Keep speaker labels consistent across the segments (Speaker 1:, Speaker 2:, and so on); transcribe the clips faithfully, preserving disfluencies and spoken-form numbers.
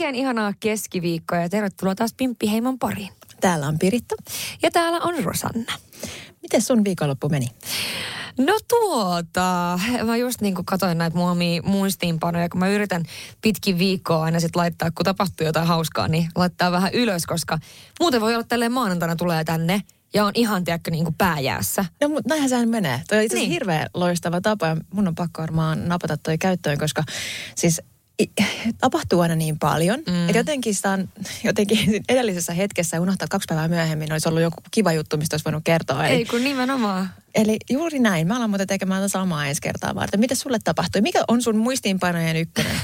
Speaker 1: Oikein ihanaa keskiviikkoa ja tervetuloa taas Pimppiheimon pariin.
Speaker 2: Täällä on Piritta.
Speaker 1: Ja täällä on Rosanna.
Speaker 2: Miten sun viikonloppu meni?
Speaker 1: No tuota, mä just niin kuin katsoin näitä muomia muistiinpanoja, kun mä yritän pitkin viikkoa aina sit laittaa, kun tapahtuu jotain hauskaa, niin laittaa vähän ylös, koska muuten voi olla tälleen maanantaina tulee tänne ja on ihan, tiedätkö, niin kuin pääjäässä.
Speaker 2: No mutta näinhän sehän menee. Toi on itse asiassa
Speaker 1: Niin.
Speaker 2: hirveän loistava tapa ja mun on pakko varmaan napata toi käyttöön, koska siis i- tapahtuu aina niin paljon, mm. että jotenkin sitä on, jotenkin edellisessä hetkessä unohtaa kaksi päivää myöhemmin, olisi ollut joku kiva juttu, mistä olisi voinut kertoa. Eli,
Speaker 1: Ei kun nimenomaan.
Speaker 2: eli juuri näin. Mä alan muuten tekemään tätä samaa ensi kertaa varten. Mitä sulle tapahtui? Mikä on sun muistiinpanojen ykkönen?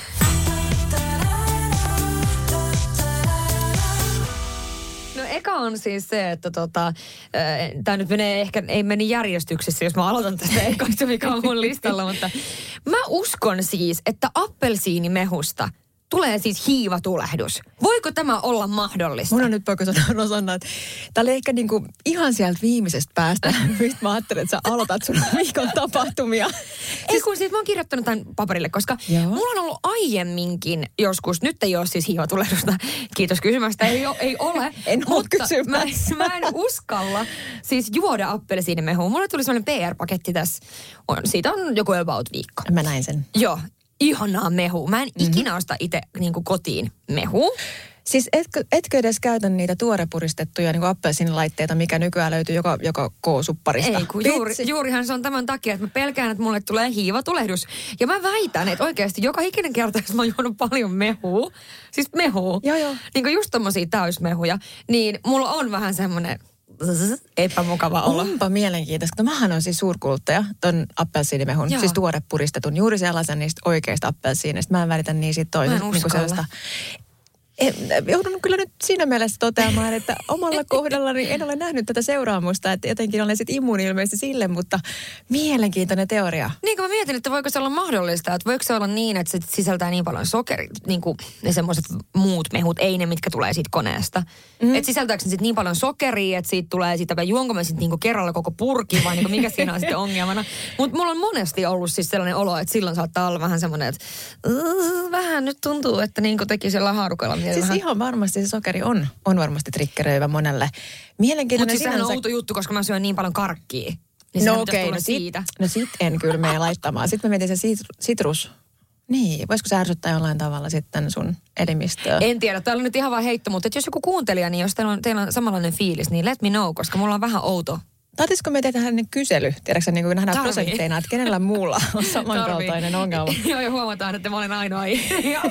Speaker 1: No eka on siis se, että tota, tämä nyt menee ehkä, ei meni järjestyksessä, jos mä aloitan tästä ekasta, mikä on mun listalla, mutta mä uskon siis, että appelsiinimehusta tulee siis hiivatulehdus. Voiko tämä olla mahdollista?
Speaker 2: Mun on nyt pakko sanoa, Rosanna, että tää oli ehkä niinku ihan sieltä viimeisestä päästä, mistä mä ajattelin, että sä aloitat sun viikon tapahtumia.
Speaker 1: Ei kun siis mä oon kirjoittanut tämän paperille, koska
Speaker 2: Joo.
Speaker 1: mulla on ollut aiemminkin joskus, nyt ei ole siis hiivatulehdusta, kiitos kysymästä, ei, o, ei ole.
Speaker 2: En oo
Speaker 1: mutta
Speaker 2: kysymässä.
Speaker 1: Mä, mä en uskalla siis juoda appelsiinimehua. Mulle tuli sellainen P R-paketti tässä, on, siitä on joku about viikko.
Speaker 2: Mä näin sen.
Speaker 1: Joo, ihanaa mehua. Mä en mm-hmm. ikinä osta itse niin kuin kotiin mehua.
Speaker 2: Siis etkö, etkö edes käytä niitä tuorepuristettuja niin appelsiinilaitteita, mikä nykyään löytyy joka, joka K-supparista?
Speaker 1: Ei, kun juuri, juurihan se on tämän takia, että mä pelkään, että mulle tulee hiivatulehdus. Ja mä väitän, että oikeasti joka ikinen kerta, jos mä oon juonut paljon mehua, siis mehua,
Speaker 2: Joo, joo.
Speaker 1: niin kuin just tommosia täysmehuja, niin mulla on vähän semmoinen epämukava olo.
Speaker 2: Onpa mielenkiintoista. No, mähän on siis suurkuluttaja ton appelsiinimehun,
Speaker 1: Joo.
Speaker 2: siis tuorepuristetun, juuri sellaisen niistä oikeista appelsiineista. Mä en välitä niin siitä
Speaker 1: Mä en
Speaker 2: toisesta. Niin
Speaker 1: uskalla.
Speaker 2: Joudun kyllä nyt siinä mielessä toteamaan, että omalla kohdallani en ole nähnyt tätä seuraamusta, että jotenkin olen sitten immuuni ilmeisesti sille, mutta mielenkiintoinen teoria.
Speaker 1: Niin kuin mä mietin, että voiko se olla mahdollista, että voiko se olla niin, että se sisältää niin paljon sokeria, niin kuin ne semmoiset muut mehut, ei ne, mitkä tulee siitä koneesta. Mm. Että sisältääkö se sitten niin paljon sokeria, että siitä tulee siitä, vai juonko mä sitten niinku kerralla koko purki, vai niinku mikä siinä on sitten ongelmana. Mutta mulla on monesti ollut siis sellainen olo, että silloin saattaa olla vähän semmoinen, että uh, vähän nyt tuntuu, että niin kuin teki siellä haarukoilla.
Speaker 2: Siis vähän. Ihan varmasti se sokeri on, on varmasti triggeröivä monelle. Mielenkiintoinen
Speaker 1: Mutta siis sehän on
Speaker 2: sinänsä.
Speaker 1: outo juttu, koska mä syön niin paljon karkkia. Niin
Speaker 2: No
Speaker 1: no
Speaker 2: okei,
Speaker 1: okay,
Speaker 2: no,
Speaker 1: siitä.
Speaker 2: sit, no sit en kyllä mene laittamaan. Sitten mä mietin se sit, sitrus. Niin, voisiko se ärsyttää jollain tavalla sitten sun elimistöä?
Speaker 1: En tiedä, täällä on nyt ihan vaan heitto, mutta jos joku kuuntelija, niin jos teillä on, teillä on samanlainen fiilis, niin let me know, koska mulla on vähän outo.
Speaker 2: Tarvitsisiko me tehdä tähän kysely? Tiedätkö sä, niin kuin nähdään
Speaker 1: Tarvii.
Speaker 2: prosentteina, että kenellä muulla on samankaltainen ongelma?
Speaker 1: Joo, ja huomataan, että mä olen ainoa.
Speaker 2: Ja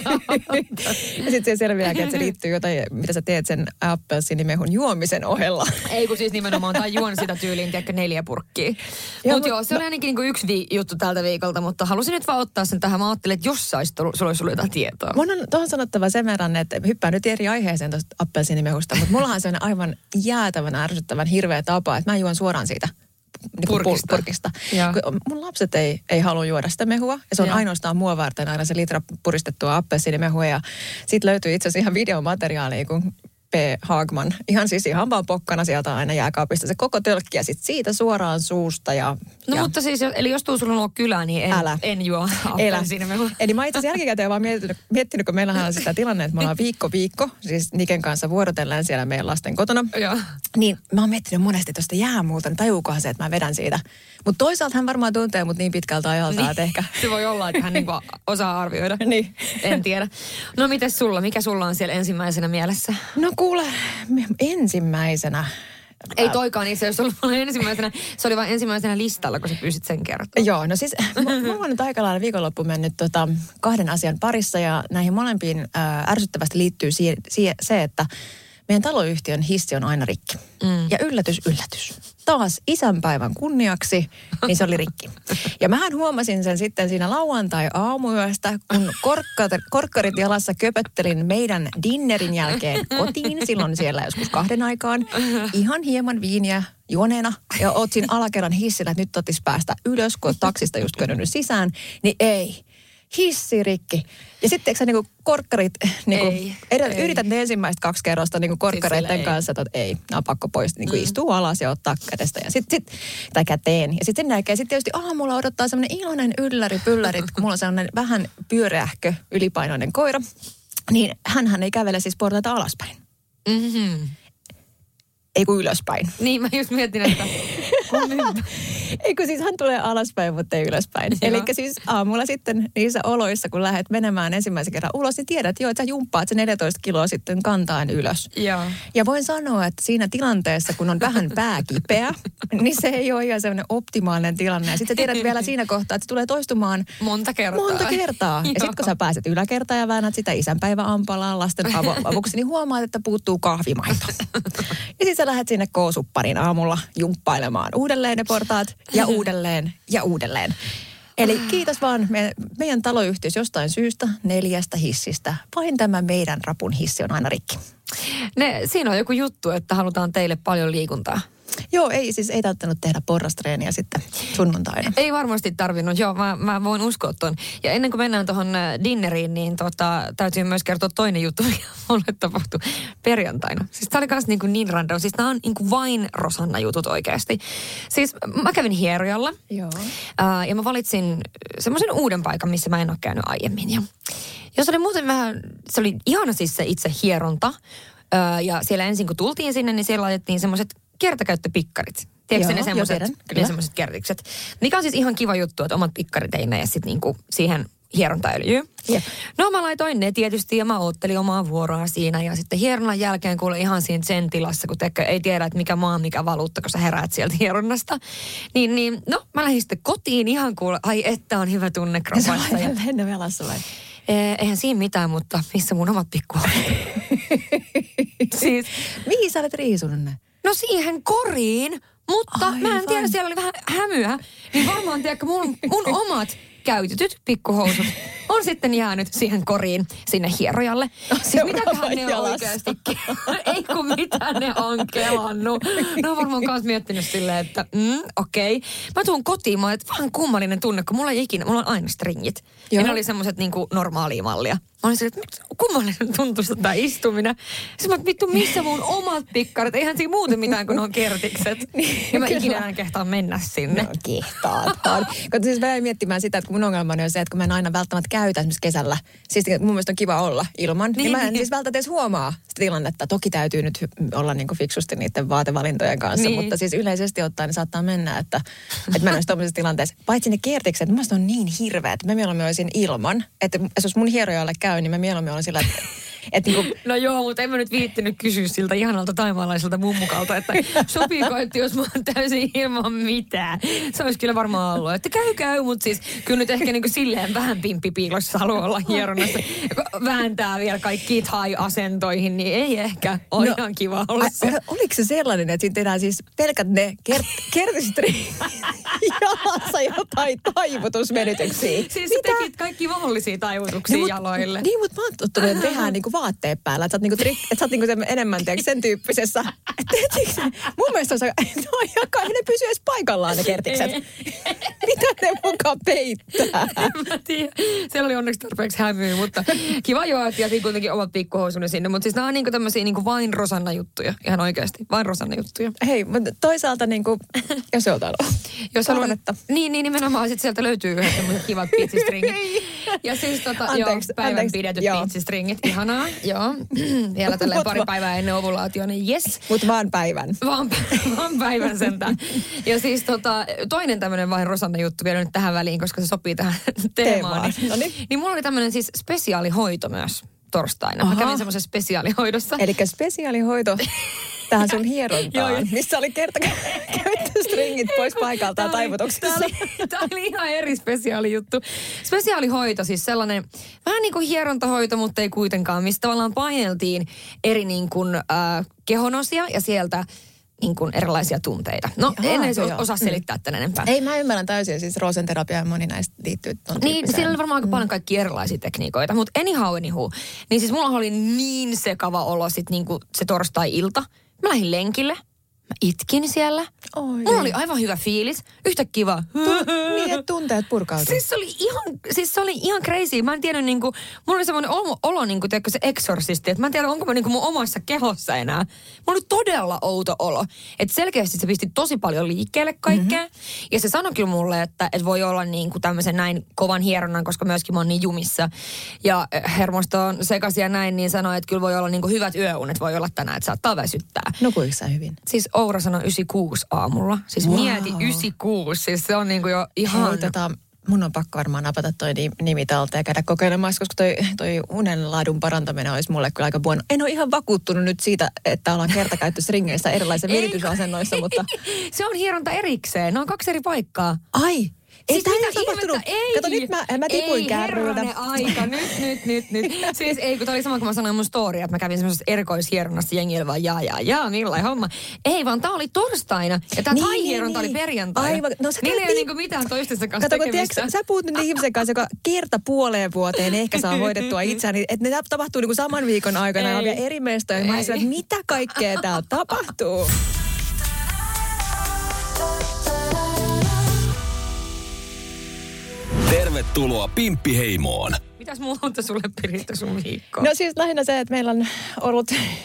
Speaker 2: sitten se selviääkin, että se liittyy jotain, mitä sä teet sen appelsiinimehun juomisen ohella.
Speaker 1: Ei kun siis nimenomaan, tai juon sitä tyyliin, tiedätkö, neljä purkkia. Mutta
Speaker 2: mut-
Speaker 1: joo, se oli ainakin niinku yksi vi- juttu tältä viikolta, mutta halusin nyt vaan ottaa sen tähän. Mä ajattelin, että jos sais tullut, sulla olisi ollut jotain tietoa.
Speaker 2: Mun on tuohon sanottava sen verran, että hyppään nyt eri aiheeseen tuosta appelsiinimehusta, mutta mullahan on sellainen aivan jäätävän, ärsyttävän hirveä tapa, että mä juon suoraan siitä. Niin kuin
Speaker 1: Purkista.
Speaker 2: purkista.
Speaker 1: Joo.
Speaker 2: Kun mun lapset ei, ei halua juoda sitä mehua. Ja se on
Speaker 1: Joo.
Speaker 2: ainoastaan mua varten aina se litra puristettua appelsiinimehua. Ja siitä löytyy itse asiassa ihan videomateriaalia, kun P. Haagman. Ihan siis ihan vaan pokkana sieltä aina jääkaapista se koko tölkki ja sitten siitä suoraan suusta. Ja,
Speaker 1: No
Speaker 2: ja
Speaker 1: mutta siis, jos- eli jos tuu sulla luo kylään, niin en,
Speaker 2: Älä.
Speaker 1: en juo
Speaker 2: Elä.
Speaker 1: appelsiinimehua.
Speaker 2: Eli mä itse asiassa jälkikäteen vaan miettinyt, miettinyt, kun meillähän on sitä tilanne, että me ollaan viikko viikko, siis Niken kanssa vuorotellen siellä meidän lasten kotona.
Speaker 1: Joo.
Speaker 2: Niin mä oon miettinyt monesti tuosta jäämuulta, niin tajuukohan se, että mä vedän siitä. Mutta toisaalta hän varmaan tuntee mut niin pitkältä ajalta,
Speaker 1: Niin.
Speaker 2: että ehkä.
Speaker 1: Se voi olla, että hän niinku osaa arvioida.
Speaker 2: Niin.
Speaker 1: En tiedä. No mites sulla? Mikä sulla on siellä ensimmäisenä mielessä?
Speaker 2: No kuule, ensimmäisenä.
Speaker 1: Ei toikaan itse asiassa ollut mulla ensimmäisenä. Se oli vain ensimmäisenä listalla, kun sä pyysit sen kertoa.
Speaker 2: Joo, no siis m- mulla on nyt aika lailla viikonloppu mennyt tota, kahden asian parissa ja näihin molempiin ää, ärsyttävästi liittyy si- si- se, että meidän taloyhtiön hissi on aina rikki. Mm. Ja yllätys, yllätys. Taas isänpäivän kunniaksi, niin se oli rikki. Ja mähän huomasin sen sitten siinä lauantai-aamuyöstä, kun korkkarit, korkkarit jalassa köpöttelin meidän dinnerin jälkeen kotiin. Silloin siellä joskus kahden aikaan. Ihan hieman viiniä juoneena. Ja oot siinä alakerran hissillä, että nyt otis päästä ylös, kun oot taksista just könnyt sisään. Niin ei. Hissi rikki. Ja sitten eikö sä niinku korkkarit, niinku,
Speaker 1: Ei,
Speaker 2: edellä,
Speaker 1: ei.
Speaker 2: yrität ne ensimmäistä kaksi kerrosta niinku korkkareiden
Speaker 1: ei.
Speaker 2: kanssa, että ei, nämä on pakko pois, niinku mm. istuu alas ja ottaa kädestä ja sit, sit, tai käteen. Ja sitten sen jälkeen sitten tietysti aamulla odottaa semmoinen iloinen ylläri pyllärit, kun mulla on sellainen vähän pyöreähkö, ylipainoinen koira. niin hänhän ei kävele siis portaita alaspäin.
Speaker 1: Mhm.
Speaker 2: Ei kun ylöspäin.
Speaker 1: Niin, mä just mietin, että...
Speaker 2: Ei kun siis hän tulee alaspäin, mutta ei ylöspäin. Eli siis aamulla sitten niissä oloissa, kun lähdet menemään ensimmäisen kerran ulos, niin tiedät jo, että sä jumppaat se neljätoista kiloa sitten kantaan ylös.
Speaker 1: Joo.
Speaker 2: Ja voin sanoa, että siinä tilanteessa, kun on vähän pää kipeä, niin se ei ole ihan semmoinen optimaalinen tilanne. Ja sitten tiedät vielä siinä kohtaa, että se tulee toistumaan
Speaker 1: monta kertaa.
Speaker 2: Monta kertaa. Ja sitten kun sä pääset yläkertaan ja väännät sitä isänpäiväampalaa lasten avo- avuksi, niin huomaat, että puuttuu kahvimaito. Ja sitten sä lähdet sinne K-supparin aamulla jumppailemaan uudelleen ne portaat ja uudelleen ja uudelleen. Eli kiitos vaan me, meidän taloyhtiössä jostain syystä neljästä hissistä. Vain tämä meidän rapun hissi on aina rikki.
Speaker 1: Ne, siinä on joku juttu, että halutaan teille paljon liikuntaa.
Speaker 2: Joo, ei siis ei täyttänyt tehdä porrastreeniä sitten sunnuntaina.
Speaker 1: Ei varmasti tarvinnut, joo, mä, mä voin uskoa ton. Ja ennen kuin mennään tuohon dinneriin, niin tota, täytyy myös kertoa toinen juttu, mikä mulle tapahtui perjantaina. Siis tää oli kans niin, niin random, siis tää on niin kuin vain Rosanna-jutut oikeasti. Siis mä kävin hierojalla.
Speaker 2: Joo.
Speaker 1: Ää, ja mä valitsin semmoisen uuden paikan, missä mä en ole käynyt aiemmin. Ja jos oli muuten vähän, se oli ihana siis se itse hieronta. Ää, ja siellä ensin kun tultiin sinne, niin siellä laitettiin semmoiset kertakäyttöpikkarit. Tiedätkö ne semmoiset, ne semmoiset kertikset? Mikä on siis ihan kiva juttu, että omat pikkarit ei mene sitten niinku siihen hierontaöljyyn. Yep. No mä laitoin ne tietysti ja mä oottelin omaa vuoroa siinä. Ja sitten hieronnan jälkeen kuule ihan siinä sen tilassa, kun tekkö, ei tiedä, että mikä maa, mikä valuutta, kun sä heräät sieltä hieronnasta. Niin, niin no mä lähdin sitten kotiin ihan kuule, ai että on hyvä tunne kropassa.
Speaker 2: Ja sä laitat lennä velassa vai?
Speaker 1: Eihän siinä mitään, mutta missä mun omat pikkuhat?
Speaker 2: Siis, mihin sä olet riisunut ne?
Speaker 1: No siihen koriin, mutta aivan. Mä en tiedä, siellä oli vähän hämyä. Niin varmaan tiedätkö, mun, mun omat käytetyt pikkuhousut on sitten jäänyt siihen koriin, sinne hierojalle. No, siis mitäköhän ne on oikeasti? Ei kun mitä ne on kelannut. Ne on varmaan kanssa miettinyt silleen, että mm, okei. Okay. Mä tuun kotiin, mä oon, että vähän kummallinen tunne, kun mulla ei ikinä, mulla on aina stringit. Joo. Ja ne oli semmoiset niinku normaalia mallia. Mä olin silleen, että kummallinen tuntuisi tämä istuminen. Sitten mä vittu, missä mun omat pikkarit? Eihän siinä muuten mitään, kun ne on kertikset. Niin, ja mä ikinä enää kehtaan mennä sinne.
Speaker 2: No kehtaathan. Kun siis mä jäin miettimään sitä, että kun mun ongelmani on se, että kun mä en aina välttämättä käytä esimerkiksi kesällä. Siis mun mielestä on kiva olla ilman. Niin, niin mä en niin. siis välttämättä edes huomaa sitä tilannetta. Toki täytyy nyt olla niinku fiksusti niiden vaatevalintojen kanssa. Niin. Mutta siis yleisesti ottaen niin saattaa mennä, että, että mä en olisi tommosessa tilanteessa. Paitsi ne kertikset, mun mielestä on niin hirveä, että mä mieluummin olisin ilman. Että jos mun hierojalle käy, niin mä mieluummin olen sillä, että... Et niinku...
Speaker 1: No joo, mutta en mä nyt viittinyt kysyä siltä ihanalta taimaalaiselta mummukalta, että sopiiko, että jos mä oon täysin ilman mitään. Se olisi kyllä varmaan ollut, että käy käy, mutta siis kyllä nyt ehkä niinku silleen vähän pimppipiilossa haluaa olla hieronnassa. Vääntää vielä kaikkiin thai-asentoihin, niin ei ehkä ole no, ihan kiva olla a, se.
Speaker 2: Oliko se sellainen, että siinä tehdään siis pelkät ne kert, kertistri jalassa jotain taivutusmenetyksiä?
Speaker 1: Siis sä tekit kaikki mahdollisia taivutuksia no, jaloille.
Speaker 2: Niin, mutta mä oon tottunut, että tehdään niinku vaatteet päällä. Että sä oot niinku, trik, et sä oot niinku sen enemmän tiedätkö, sen tyyppisessä. Että mun mielestä on se, että no jakaa, ne pysyy edes paikallaan ne kertikset. Mitä ne mukaan peittää?
Speaker 1: En mä tiedä. Siellä oli onneksi tarpeeksi hämyä, mutta kiva joo, että jätin kuitenkin omat pikkuhousuni sinne. Mutta siis nämä on niinku tämmöisiä niinku vain Rosanna-juttuja. Ihan oikeasti, vain Rosanna-juttuja.
Speaker 2: Hei, mutta toisaalta niinku, jos joltain on.
Speaker 1: Jos haluan, että... Niin, niin nimenomaan sitten sieltä löytyy yhdet semmoiset kivat piitsistringit. Ja siis tota, anteeksi, joo, päivän anteeksi, pidetyt piitsistringit. Ihanaa, joo. Vielä tälleen pari päivää ennen ovulaatioon, niin jes.
Speaker 2: Mutta vaan päivän.
Speaker 1: Vaan, vaan päivän sentään. Ja siis tota, toinen tämmöinen vain Rosanna-juttu vielä nyt tähän väliin, koska se sopii tähän teemaan. Niin,
Speaker 2: Noniin.
Speaker 1: niin mulla oli tämmöinen siis spesiaalihoito myös torstaina. Aha. Mä kävin semmoisessa spesiaalihoidossa.
Speaker 2: Eli spesiaalihoito tähän sun hierontaan, missä oli kertakäyttöstringit pois paikalta ja taivutuksessa.
Speaker 1: Tämä oli ihan eri spesiaalijuttu. Spesiaalihoito, siis sellainen vähän niin kuin hierontahoito, mutta ei kuitenkaan, missä tavallaan paineltiin eri niin kuin, äh, kehonosia ja sieltä niin kuin erilaisia tunteita. No, Jaha, en edes osaa selittää mm. tämän enempää.
Speaker 2: Ei, mä ymmärrän täysin. Siis roosenterapia ja moni näistä liittyy tuon
Speaker 1: Niin, siinä oli varmaan aika mm. paljon kaikkia erilaisia tekniikoita. Mutta anyhow, anyhow. Niin siis mulla oli niin sekava olo sit niin kuin se torstai-ilta. Mä lähdin lenkille. Mä itkin siellä. Oi. Mulla oli aivan hyvä fiilis. Yhtäkkiä vaan.
Speaker 2: niin, että tunteet purkautuu.
Speaker 1: Siis se oli ihan, siis se oli ihan crazy. Mä en tiedä niinku, mulla oli semmoinen olo, olo niinku, teekö se eksorsisti, että mä en tiedä, onko mä niinku mun omassa kehossa enää. Mulla oli todella outo olo. Että selkeästi se pisti tosi paljon liikkeelle kaikkea. Mm-hmm. Ja se sanoi kyllä mulle, että, että voi olla niinku tämmöisen näin kovan hieronnan, koska myöskin mä oon niin jumissa. Ja hermosto on sekaisin ja näin, niin sanoi, että kyllä voi olla niinku hyvät yöunet, voi olla tänään, että saattaa väsyttää.
Speaker 2: Nukuiko sä hyvin?
Speaker 1: Siis Oura sanoi yhdeksänkymmentäkuusi aamulla. Siis wow. Mieti yhdeksänkymmentäkuusi. Siis se on niinku jo ihan...
Speaker 2: Hei, tota, mun on pakko varmaan napata toi nimi talta ja käydä kokeilemassa, koska toi, toi unenlaadun parantaminen olisi mulle kyllä aika buono. En ole ihan vakuuttunut nyt siitä, että ollaan kertakäyttösringeissä erilaisissa viritysasennoissa, mutta...
Speaker 1: Se on hieronta erikseen. Ne on kaksi eri paikkaa.
Speaker 2: Ai! Ei
Speaker 1: Siis
Speaker 2: tämä
Speaker 1: mitä
Speaker 2: ei tapahtunut.
Speaker 1: Ei.
Speaker 2: Kato, nyt mä, mä tipuin kärryiltä.
Speaker 1: Ei, herranen aika. Nyt, nyt, nyt, nyt. Siis ei, kun tämä oli sama kuin mä sanoin mun story, että mä kävin semmoisessa erikoishieronnassa jengillä vaan jaa, jaa, jaa, millainen homma. Ei, vaan tämä oli torstaina ja tämä niin, tai-hieronta niin, oli perjantaina. Aivan. No, niillä ei ole niinku mitään toistensa kanssa
Speaker 2: kato,
Speaker 1: tekemistä.
Speaker 2: Tiedätkö, sä puhut nyt ihmisen kanssa, joka kerta puoleen vuoteen ehkä saa hoidettua itseään, että ne tapahtuu niinku saman viikon aikana ja on vielä eri mestoja. Mä olisin, että mitä kaikkea täällä tapahtuu?
Speaker 3: Tervetuloa Pimppiheimoon.
Speaker 1: Mitäs muuta sulle, Piritta, sun viikkoon?
Speaker 2: No siis lähinnä se, että meillä on ollut,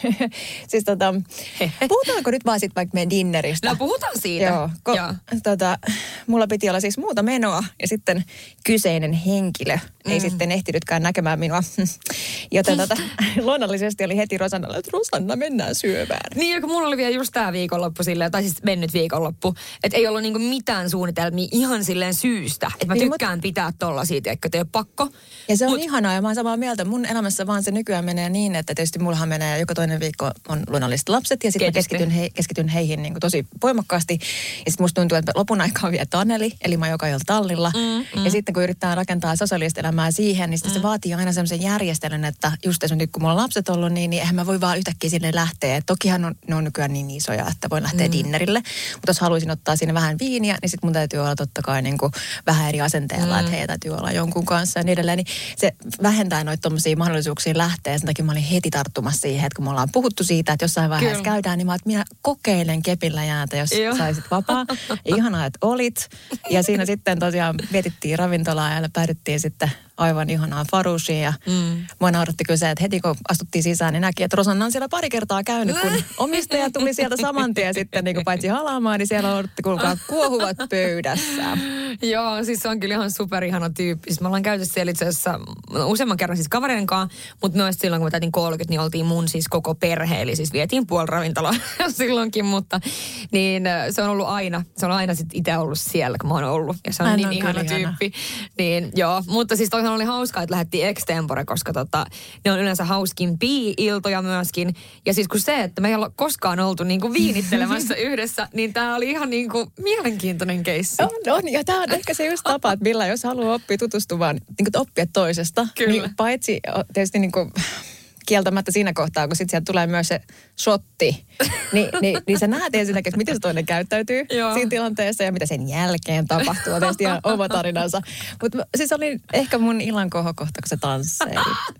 Speaker 2: siis tota, puhutaanko nyt vaan sitten vaikka meidän dinneristä?
Speaker 1: No puhutaan siitä.
Speaker 2: Joo, ko, Joo. Tota, mulla piti olla siis muuta menoa ja sitten kyseinen henkilö mm. ei sitten ehtinytkään näkemään minua. Joten tota, luonnollisesti oli heti Rosannalla, että Rosanna, mennään syömään.
Speaker 1: Niin, ja kun mulla oli vielä just tää viikonloppu silleen, tai siis mennyt viikonloppu, että ei ollut niinku mitään suunnitelmia ihan silleen syystä. Että mä niin, tykkään mut... pitää tollasia, että ei ole pakko.
Speaker 2: Ja se on
Speaker 1: Mut,
Speaker 2: ihanaa ja mä oon samaa mieltä. Mun elämässä vaan se nykyään menee niin, että tietysti mullahan menee joka toinen viikko on luonnolliset lapset ja sitten mä keskityn, he, keskityn heihin niin kuin tosi voimakkaasti. Ja sitten musta tuntuu, että lopun aikaa on vielä Taneli, eli mä joka ilta tallilla. Mm, mm. Ja sitten kun yrittää rakentaa sosiaalista elämää siihen, niin mm. se vaatii aina semmoisen järjestelyn, että just esimerkiksi kun mulla on lapset ollut, niin, niin eihän mä voi vaan yhtäkkiä sinne lähteä. Et tokihan on, ne on nykyään niin isoja, että voin lähteä mm. dinnerille. Mutta jos haluaisin ottaa sinne vähän viiniä, niin sitten mun täytyy olla totta kai niin kuin vähän eri asenteella, mm. että heitä täytyy olla jonkun kanssa ja niin edelleen. Niin se vähentää noita tommosia mahdollisuuksia lähteä. Sen takia mä olin heti tarttumassa siihen, että kun me ollaan puhuttu siitä, että jossain vaiheessa Kyllä. käydään, niin mä että minä kokeilen kepillä jäätä, jos Joo. saisit vapaa. Ihanaa, että olit. Ja siinä sitten tosiaan vietittiin ravintolaa ja päädyttiin sitten aivan ihanaa farusiin. Ja mm. mua nauratti kyllä se, että heti kun astuttiin sisään, niin näki, että Rosanna on siellä pari kertaa käynyt, kun omistaja tuli sieltä saman tien sitten niin kuin paitsi halaamaan, niin siellä odotti kuulkaa kuohuvat pöydässä.
Speaker 1: Joo, siis se on kyllä ihan superihana tyyppi. Siis me ollaan käyty siellä itse asiassa useamman kerran siis kavereiden kanssa, mutta myös silloin, kun me täytin kolmekymmentä, niin oltiin mun siis koko perhe, eli siis vietiin puoli ravintolaa silloinkin, mutta niin se on ollut aina, se on aina sitten itse ollut siellä, kun mä oon ollut, ja se on Hän niin on ihana tyyppi. Niin joo, mutta siis toihan oli hauskaa, että lähdettiin extempore, koska tota, ne on yleensä hauskimpia iltoja myöskin, ja siis kun se, että me ei olla koskaan oltu niin kuin viinittelemässä yhdessä, niin tää oli ihan niin kuin mielenkiintoinen keissi.
Speaker 2: On, on, ja tää on ehkä se just tapa, että millä jos haluaa oppia tutustumaan, niin kuin oppia toisesta, Kyllä. niin paitsi tietysti niin kuin kieltämättä siinä kohtaa, kun sitten sieltä tulee myös se shotti, niin, niin, niin sä näet ensinnäkin, että miten se toinen käyttäytyy Joo. siinä tilanteessa ja mitä sen jälkeen tapahtuu. On tietysti ihan oma tarinansa. Mutta siis oli ehkä mun illan kohokohta, kun se tansseili.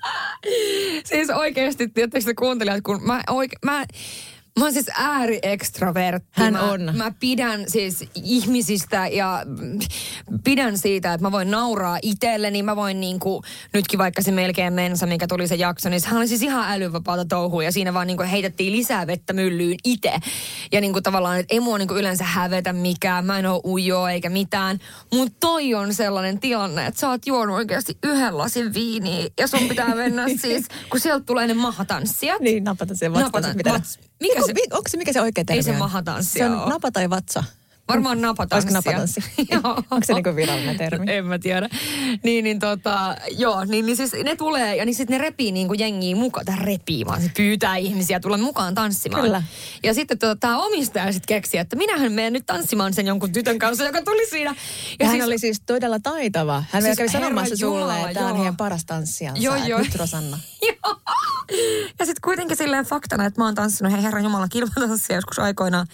Speaker 1: Siis oikeasti, tietysti kuuntelijat, kun mä oikein, mä... Mä oon siis ääriextrovertti.
Speaker 2: Hän
Speaker 1: mä,
Speaker 2: on.
Speaker 1: Mä pidän siis ihmisistä ja pidän siitä, että mä voin nauraa itselleni. Mä voin niinku, nytkin vaikka se melkein mensa, mikä tuli se jakso, niin sehän oli siis ihan älyvapaata touhua. Ja siinä vaan niinku heitettiin lisää vettä myllyyn itse. Ja niinku tavallaan, että ei mua niinku yleensä hävetä mikään. Mä en oo ujo eikä mitään. Mut toi on sellainen tilanne, että sä oot juonut oikeasti yhden lasin viiniä. Ja sun pitää mennä siis, kun sieltä tulee ne mahatanssijat.
Speaker 2: Niin, napata sen vatsan. Mikä se, onko se, mikä se oikea termi on?
Speaker 1: Ei se mahatanssia
Speaker 2: Se on napa tai vatsa.
Speaker 1: Varmaan napatanssia.
Speaker 2: Olisiko napatanssi? Onko se niinku virallinen termi?
Speaker 1: En mä tiedä. Niin, niin tota, joo, niin, niin siis ne tulee ja niin sitten ne repii niinku jengiä mukaan. Tai repii vaan, se pyytää ihmisiä tulla mukaan tanssimaan.
Speaker 2: Kyllä.
Speaker 1: Ja sitten tota, tämä omistaja sitten keksi, että minähän menen nyt tanssimaan sen jonkun tytön kanssa, joka tuli siinä. Ja,
Speaker 2: ja hän
Speaker 1: siis,
Speaker 2: oli siis todella taitava. Hän siis kävi sanomassa sulle, että tämä on heidän paras tanssijansa.
Speaker 1: Joo, joo.
Speaker 2: Nyt Rosanna.
Speaker 1: Joo. Ja sitten kuitenkin silleen faktana, että mä oon tanssinut hei herran jumala kilpatanssia joskus aikoinaan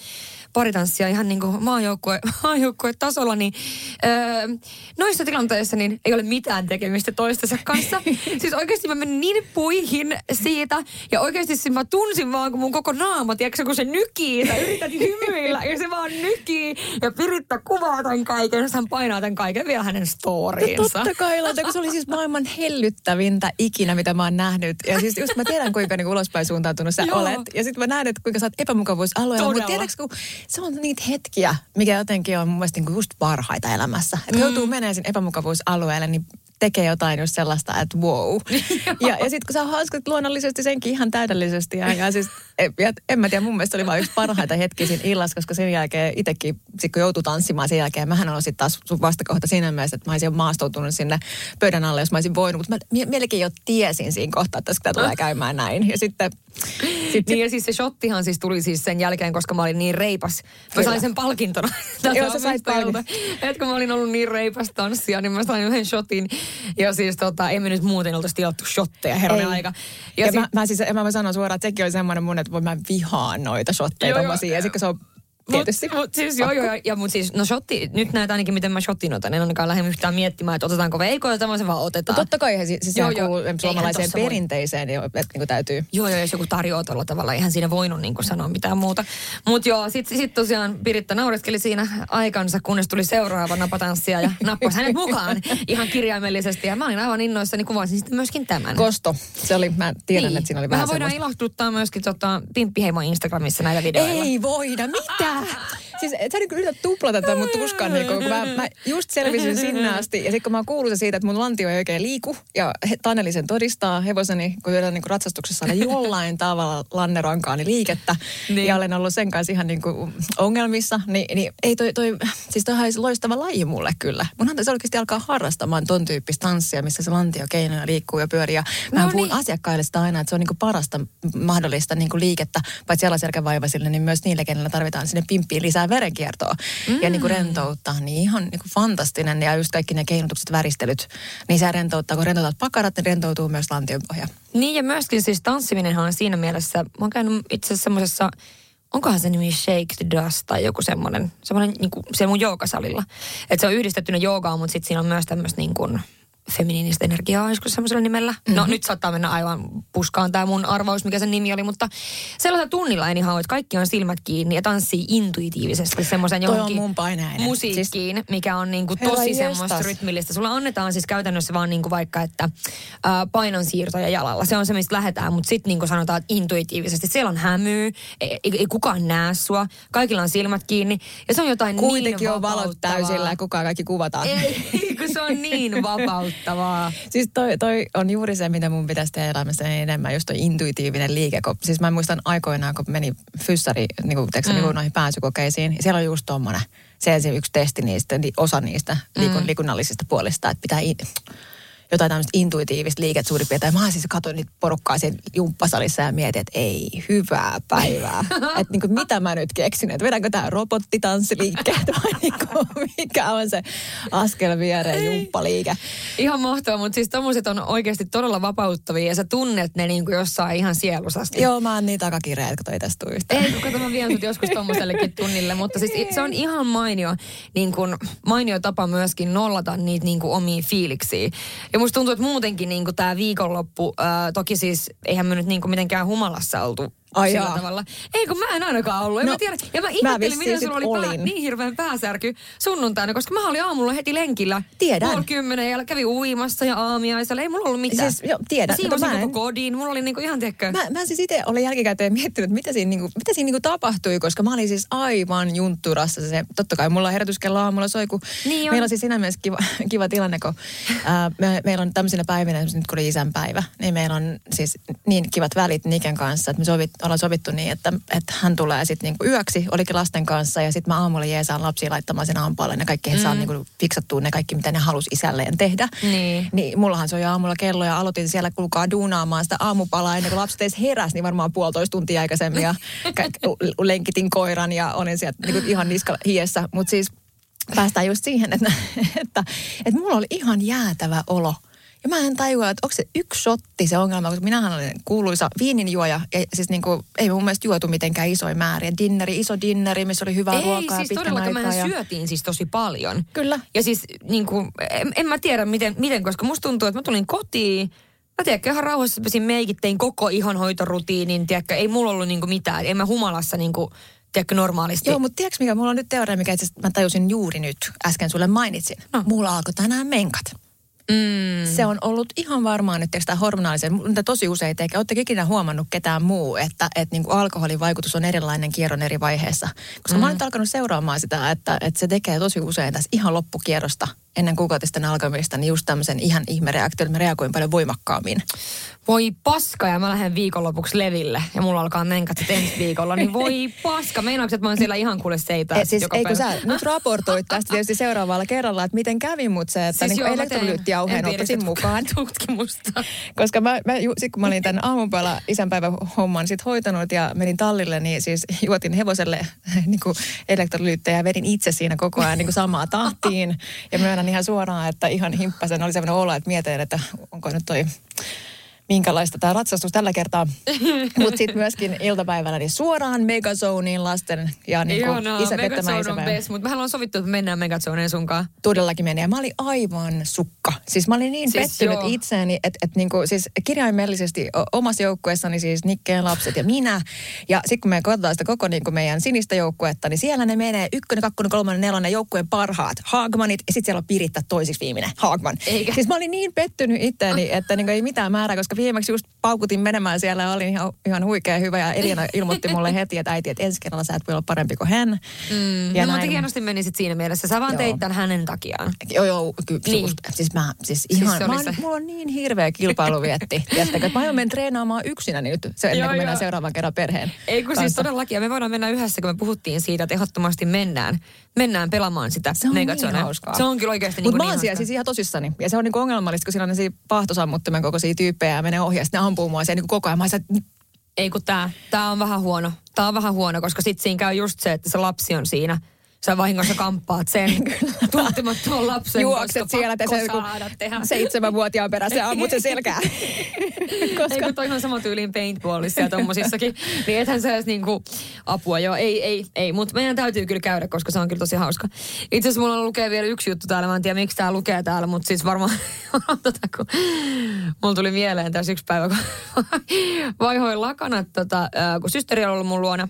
Speaker 1: paritanssia ihan niin kuin maajoukkue, maajoukkuetasolla, niin öö, noissa tilanteissa niin ei ole mitään tekemistä toistensa kanssa. Siis oikeasti mä menin niin puihin siitä ja oikeasti siis mä tunsin vaan, kun mun koko naama, tiedätkö, kun se nykii, sä yrität hymyillä ja se vaan nykii ja Piritta kuvaa tämän kaiken, hän painaa tämän kaiken vielä hänen storiinsa.
Speaker 2: Totta kai, Laita, kun se oli siis maailman hellyttävintä ikinä, mitä mä oon nähnyt. Ja siis just mä tiedän, kuinka niin ulospäin suuntautunut sä olet. Ja sitten mä näen, että kuinka sä oot epämukavuusalueella. Mutta tiedätkö, kun se on niitä hetkiä, mikä jotenkin on mun mielestä niin just parhaita elämässä. Että mm. joutuu menemään sinne epämukavuusalueelle, niin tekee jotain just sellaista, että wow. ja ja sitten kun sä haaskat luonnollisesti senkin ihan täydellisesti. Ja, ja siis, ja, en mä tiedä, mun mielestä oli vaan yksi parhaita hetkiä siinä illassa, koska sen jälkeen itsekin, sit kun joutui tanssimaan sen jälkeen, mähän olen sitten taas sun vastakohta siinä mielessä, että mä olisin jo maastoutunut sinne pöydän alle, jos mä olisin voinut. Mutta mä melkein jo tiesin siinä kohtaa, että tämä tulee käymään näin. Ja sitten...
Speaker 1: Sit, niin ja siis se shottihan siis tuli siis sen jälkeen, koska mä olin niin reipas. Mä sain sen palkintona.
Speaker 2: Joo, sä sait palkinton.
Speaker 1: Että kun mä olin ollut niin reipas tanssia, niin mä sain yhden shotin. Ja siis tota, emme nyt muuten oltaisi tilattu shotteja herranen aika.
Speaker 2: Ja, ja sit, mä, mä siis, mä, mä sanon suoraan, että sekin oli semmoinen mun, että mä vihaan noita shotteja tommosia. Ja sit kun se on tietysti.
Speaker 1: Mut, mut siis joo, joo, ja, ja mut siis, no shotti, nyt näet ainakin miten mä shotin otan, en ainakaan lähde yhtään miettimään, että otetaanko veikkoja, tai se vaan otetaan.
Speaker 2: No totta kai, siis, siis joo, kuuluu suomalaiseen perinteiseen, voi. Että niin täytyy.
Speaker 1: Joo, joo, jos joku tarjoaa tuolla tavalla, eihän siinä voinut niin sanoa mitään muuta. Mut joo, sit, sit tosiaan Piritta naureskeli siinä aikansa, kunnes tuli seuraava napatanssia ja nappasi hänet mukaan ihan kirjaimellisesti. Ja mä olin aivan innoissa, niin kuvasin sitten myöskin tämän.
Speaker 2: Kosto, se oli, mä tiedän, niin. Että siinä oli vähän
Speaker 1: semmoista. Mehän voidaan ilahduttaa myöskin tota, Pimppiheimo Instagramissa näitä videoilla.
Speaker 2: Ei voida, mitä? Siis et sä nyt yritä tuplata tätä mun tuskan, niin kun mä, mä just selvisin sinne asti. Ja sitten kun mä kuulun siitä, että mun lantio ei oikein liiku, ja Taneli sen todistaa hevoseni, kun yritän niin ratsastuksessa aina jollain tavalla lannerankaani liikettä. Niin. Ja olen ollut sen kanssa ihan niin kuin ongelmissa. Niin, niin ei toi, toi, siis toi olisi loistava laji mulle kyllä. Mun antaisi oikeasti alkaa harrastamaan ton tyyppistä tanssia, missä se lantio keinoja liikkuu ja pyörii. Ja mä no puhun niin. asiakkaille sitä aina, että se on niin kuin parasta mahdollista niin kuin liikettä, paitsi alaselkävaivaisille, niin myös niille, kenellä tarvitaan sinne pimppiin lisää verenkiertoa mm. ja niin kuin rentouttaa, niin ihan niin kuin fantastinen. Ja just kaikki ne keinutukset, väristelyt, niin se rentouttaa. Kun rentoutat pakarat, niin rentoutuu myös lantionpohja.
Speaker 1: Niin ja myöskin siis tanssiminenhan on siinä mielessä, mä oon käynyt itse asiassa semmoisessa, onkohan se nimi Shake the Dust tai joku semmoinen, semmoinen niin kuin se mun joogasalilla. Että se on yhdistettynä joogaan, mutta sitten siinä on myös tämmöistä niin kuin feminiinistä energiaa, joskus semmoisella nimellä. Mm-hmm. No nyt saattaa mennä aivan puskaan tämä mun arvaus, mikä sen nimi oli, mutta sellaisella tunnilla anyhow, että kaikki on silmät kiinni ja tanssii intuitiivisesti semmoisen johonkin musiikkiin, siis, mikä on niinku tosi semmoista rytmillistä. Sulla annetaan siis käytännössä vaan niinku vaikka, että ää, painonsiirtoja jalalla. Se on se, mistä lähdetään, mutta sitten niinku sanotaan, että intuitiivisesti. Siellä on hämyy, ei, ei, ei kukaan näe sua, kaikilla on silmät kiinni ja se on jotain
Speaker 2: kuitenkin
Speaker 1: niin
Speaker 2: on valot täysillä ja kukaan kaikki kuvataan.
Speaker 1: Ei, kun se on niin vapauttavaa.
Speaker 2: Siis toi, toi on juuri se, mitä mun pitäisi tehdä elämässä enemmän, just toi intuitiivinen liike. Siis mä muistan aikoinaan, kun meni fyssari, niin kuin, teksä, mm. niin kuin noihin pääsykokeisiin, siellä oli just tommonen. Se on yksi testi niistä, osa niistä liikun, mm. liikunnallisista puolista, että pitää in, jotain tämmöistä intuitiivista liiket suurin piirtein. Mä siis katsoin niitä porukkaa siinä jumppasalissa ja mietin, että ei, hyvää päivää. Että niin kuin, mitä mä nyt keksin, että vedänkö tää robottitanssiliikkeet vai niin kuin, mikä on se askel viereen jumppaliike.
Speaker 1: Ihan mahtavaa, mutta siis tommoset on oikeasti todella vapauttavia ja sä tunnet ne niin kuin jossain ihan sielusasti.
Speaker 2: Joo, mä oon niin takakireet, kun toi tästä yhtään.
Speaker 1: Ei, kato mä vien sut joskus tommosellekin tunnille, mutta siis se on ihan mainio, niin kuin, mainio tapa myöskin nollata niitä niin kuin omia fiiliksiä. Ja musta tuntuu, että muutenkin niin kuin tämä viikonloppu, ää, toki siis eihän me nyt niin kuin mitenkään humalassa oltu Ai sillä jaa. tavalla. Ei kun mä en ainakaan ollut. En no, mä tiedä. Ja mä ihmettelin, miten sulla oli pää, niin hirveän pääsärky sunnuntaina, koska mä olin aamulla heti lenkillä.
Speaker 2: Tiedän.
Speaker 1: Puoli kymmenen ja kävin uimassa ja aamiaisella. Ei mulla ollut mitään.
Speaker 2: Siis, jo, tiedän.
Speaker 1: Mä siivosin koko kodin. Mulla oli niinku ihan tekkö.
Speaker 2: Mä, mä siis itse olin jälkikäteen miettinyt, että mitä siinä, niinku, mitä siinä niinku tapahtui, koska mä olin siis aivan juntturassa. Se, totta kai mulla herätyskello aamulla soi, kun niin meillä on siis siinä mielessä kiva, kiva tilanne, kun ää, me, meillä on tämmöisenä päivinä, nyt kun oli isänpäivä, niin meillä on siis niin kivat välit Niken kanssa, että me sovit, ollaan sovittu niin, että, että hän tulee sitten niinku yöksi, olikin lasten kanssa, ja sitten mä aamulla jeesaan lapsia laittamaan sen aamupalan, ja kaikki he mm. saa niinku fiksattua ne kaikki, mitä ne halusi isälleen tehdä. Niin. Niin mullahan se on jo aamulla kello, ja aloitin siellä kulkaa duunaamaan sitä aamupalaa, ennen kuin lapset edes heräsi, niin varmaan puolitoista tuntia aikaisemmin, ja lenkitin koiran, ja olin sieltä niinku ihan niska hiessä, mutta siis päästään just siihen, että, että, että mulla oli ihan jäätävä olo. Ja mä en tajua, että onko se yksi shotti se ongelma, koska minähän olen kuuluisa viininjuoja. Ja siis niin kuin, ei mun mielestä juotu mitenkään isoja määriä. Dinneri, iso dinneri, missä oli hyvää
Speaker 1: ei,
Speaker 2: ruokaa
Speaker 1: siis
Speaker 2: pitkän aikaa.
Speaker 1: todellakin mehän
Speaker 2: ja...
Speaker 1: syötiin siis tosi paljon.
Speaker 2: Kyllä.
Speaker 1: Ja siis niin kuin, en, en mä tiedä miten, miten, koska musta tuntuu, että mä tulin kotiin. Mä tiedätkö, ihan rauhassa pesin meikit, tein koko ihonhoitorutiinin, tiedätkö, ei mulla ollut niinku mitään. En mä humalassa niinku, tiedätkö, normaalisti.
Speaker 2: Joo, mutta tiedätkö mikä, mulla on nyt teoria, mikä itse asiassa mä tajusin juuri nyt, äsken sulle mainitsin. No. Mulla alkoi tänään menkat. Mm. Se on ollut ihan varmaan nyt tiedätkö, hormonaalisen, mutta tosi usein teikä. Oletteko ikinä huomannut ketään muu, että, että niin kuin alkoholin vaikutus on erilainen kierron eri vaiheessa? Koska mm. mä oon nyt alkanut seuraamaan sitä, että, että se tekee tosi usein tässä ihan loppukierrosta ennen kuukautisten alkamista, niin just tämmöisen ihan ihmereaktion, että mä reagoin paljon voimakkaammin.
Speaker 1: Voi paska, ja mä lähden viikonlopuksi leville, ja mulla alkaa menkat sit ensi viikolla, niin voi paska. Meinaatko, että mä oon siellä ihan kuule seipää?
Speaker 2: E, siis eikö sä nyt raportoit tästä tietysti seuraavalla kerralla, että miten kävi mut se, että siis niin elektrolyyttijauheen ottaisin mukaan.
Speaker 1: Tutkimusta.
Speaker 2: Koska mä, mä sit kun mä olin tämän aamupäivä isänpäivän homman sit hoitanut ja menin tallille, niin siis juotin hevoselle niin kuin elektrolyyttejä ja vedin itse siinä koko ajan niin kuin samaa tahtiin. Ja myönnän ihan suoraan, että ihan himppasen oli sellainen olo, että mietin, että onko nyt toi minkälaista tämä ratsastus tällä kertaa. Mutta sitten myöskin iltapäivällä niin suoraan Megazoneen lasten ja niin kuin
Speaker 1: no,
Speaker 2: isä vettämään
Speaker 1: Megazone on best, mutta mehän on sovittu, että mennään Megazoneen sunkaan.
Speaker 2: Todellakin meni. Ja mä olin aivan sukka. Siis mä olin niin siis pettynyt joo. itseäni, että et niinku, siis kirjaimellisesti omassa joukkueessani siis Nikkeen lapset ja minä. Ja sitten kun me katsotaan sitä koko niinku meidän sinistä joukkuetta, niin siellä ne menee ykkönen, kakkonen, kolmannen, nelonen joukkueen parhaat. Haagmanit ja sitten siellä on Piritta toisiksi viimeinen. Haagman. Eikä. Siis mä olin niin pettynyt itseäni, että niinku ei mitään määrää, koska viimeksi just paukutin menemään siellä ja olin ihan, ihan huikea hyvä. Ja Elina ilmoitti mulle heti, että äiti, että ensi kerralla sä et voi olla parempi kuin hän.
Speaker 1: Mm, ja no mutta hienosti meni sit siinä mielessä. Sä vaan joo. teit tämän hänen takiaan.
Speaker 2: Joo, joo, kyllä. Niin. Siis mä, siis ihan, siis mä on, mulla on niin hirveä kilpailuvietti. Tiedättekö, että mä aion mennä treenaamaan yksinä nyt, se ennen kuin mennään seuraavan kerran perheen
Speaker 1: Ei kun siis todellakin, ja me voidaan mennä yhdessä, kun me puhuttiin siitä, että ehdottomasti mennään. Mennään pelaamaan sitä.
Speaker 2: Se on niin hauskaa.
Speaker 1: Se on kyllä oikeasti
Speaker 2: niin
Speaker 1: kuin
Speaker 2: niin mä oon siellä siis ihan tosissani. Ja se on niin kuin ongelmallista, kun siellä on ne paahtosammuttimen kokoisia tyyppejä ja menee ohi ja sitten ne ampuu mua siellä niin kuin koko ajan. Mä sanoin, että
Speaker 1: ei kun tää, tää on vähän huono. Tää on vähän huono, koska sit siinä käy just se, että se lapsi on siinä. Sä vahingossa kamppaat sen tuntemattoman lapsen.
Speaker 2: Juokset siellä te se seitsemänvuotiaan perässä ja ammut sen selkää.
Speaker 1: Koska... Eikö toi on sama tyyliin paintballissa ja tommosissakin. Niin ethän se edes niinku apua. Joo, ei, ei, ei. Mutta meidän täytyy kyllä käydä, koska se on kyllä tosi hauska. Itse asiassa mulla lukee vielä yksi juttu täällä. Mä en tiedä, miksi tää lukee täällä, mutta siis varmaan tota, kun mulla tuli mieleen tässä yksi päivä, kun vaihoin lakanat, tota, kun systeri on ollut mun luona.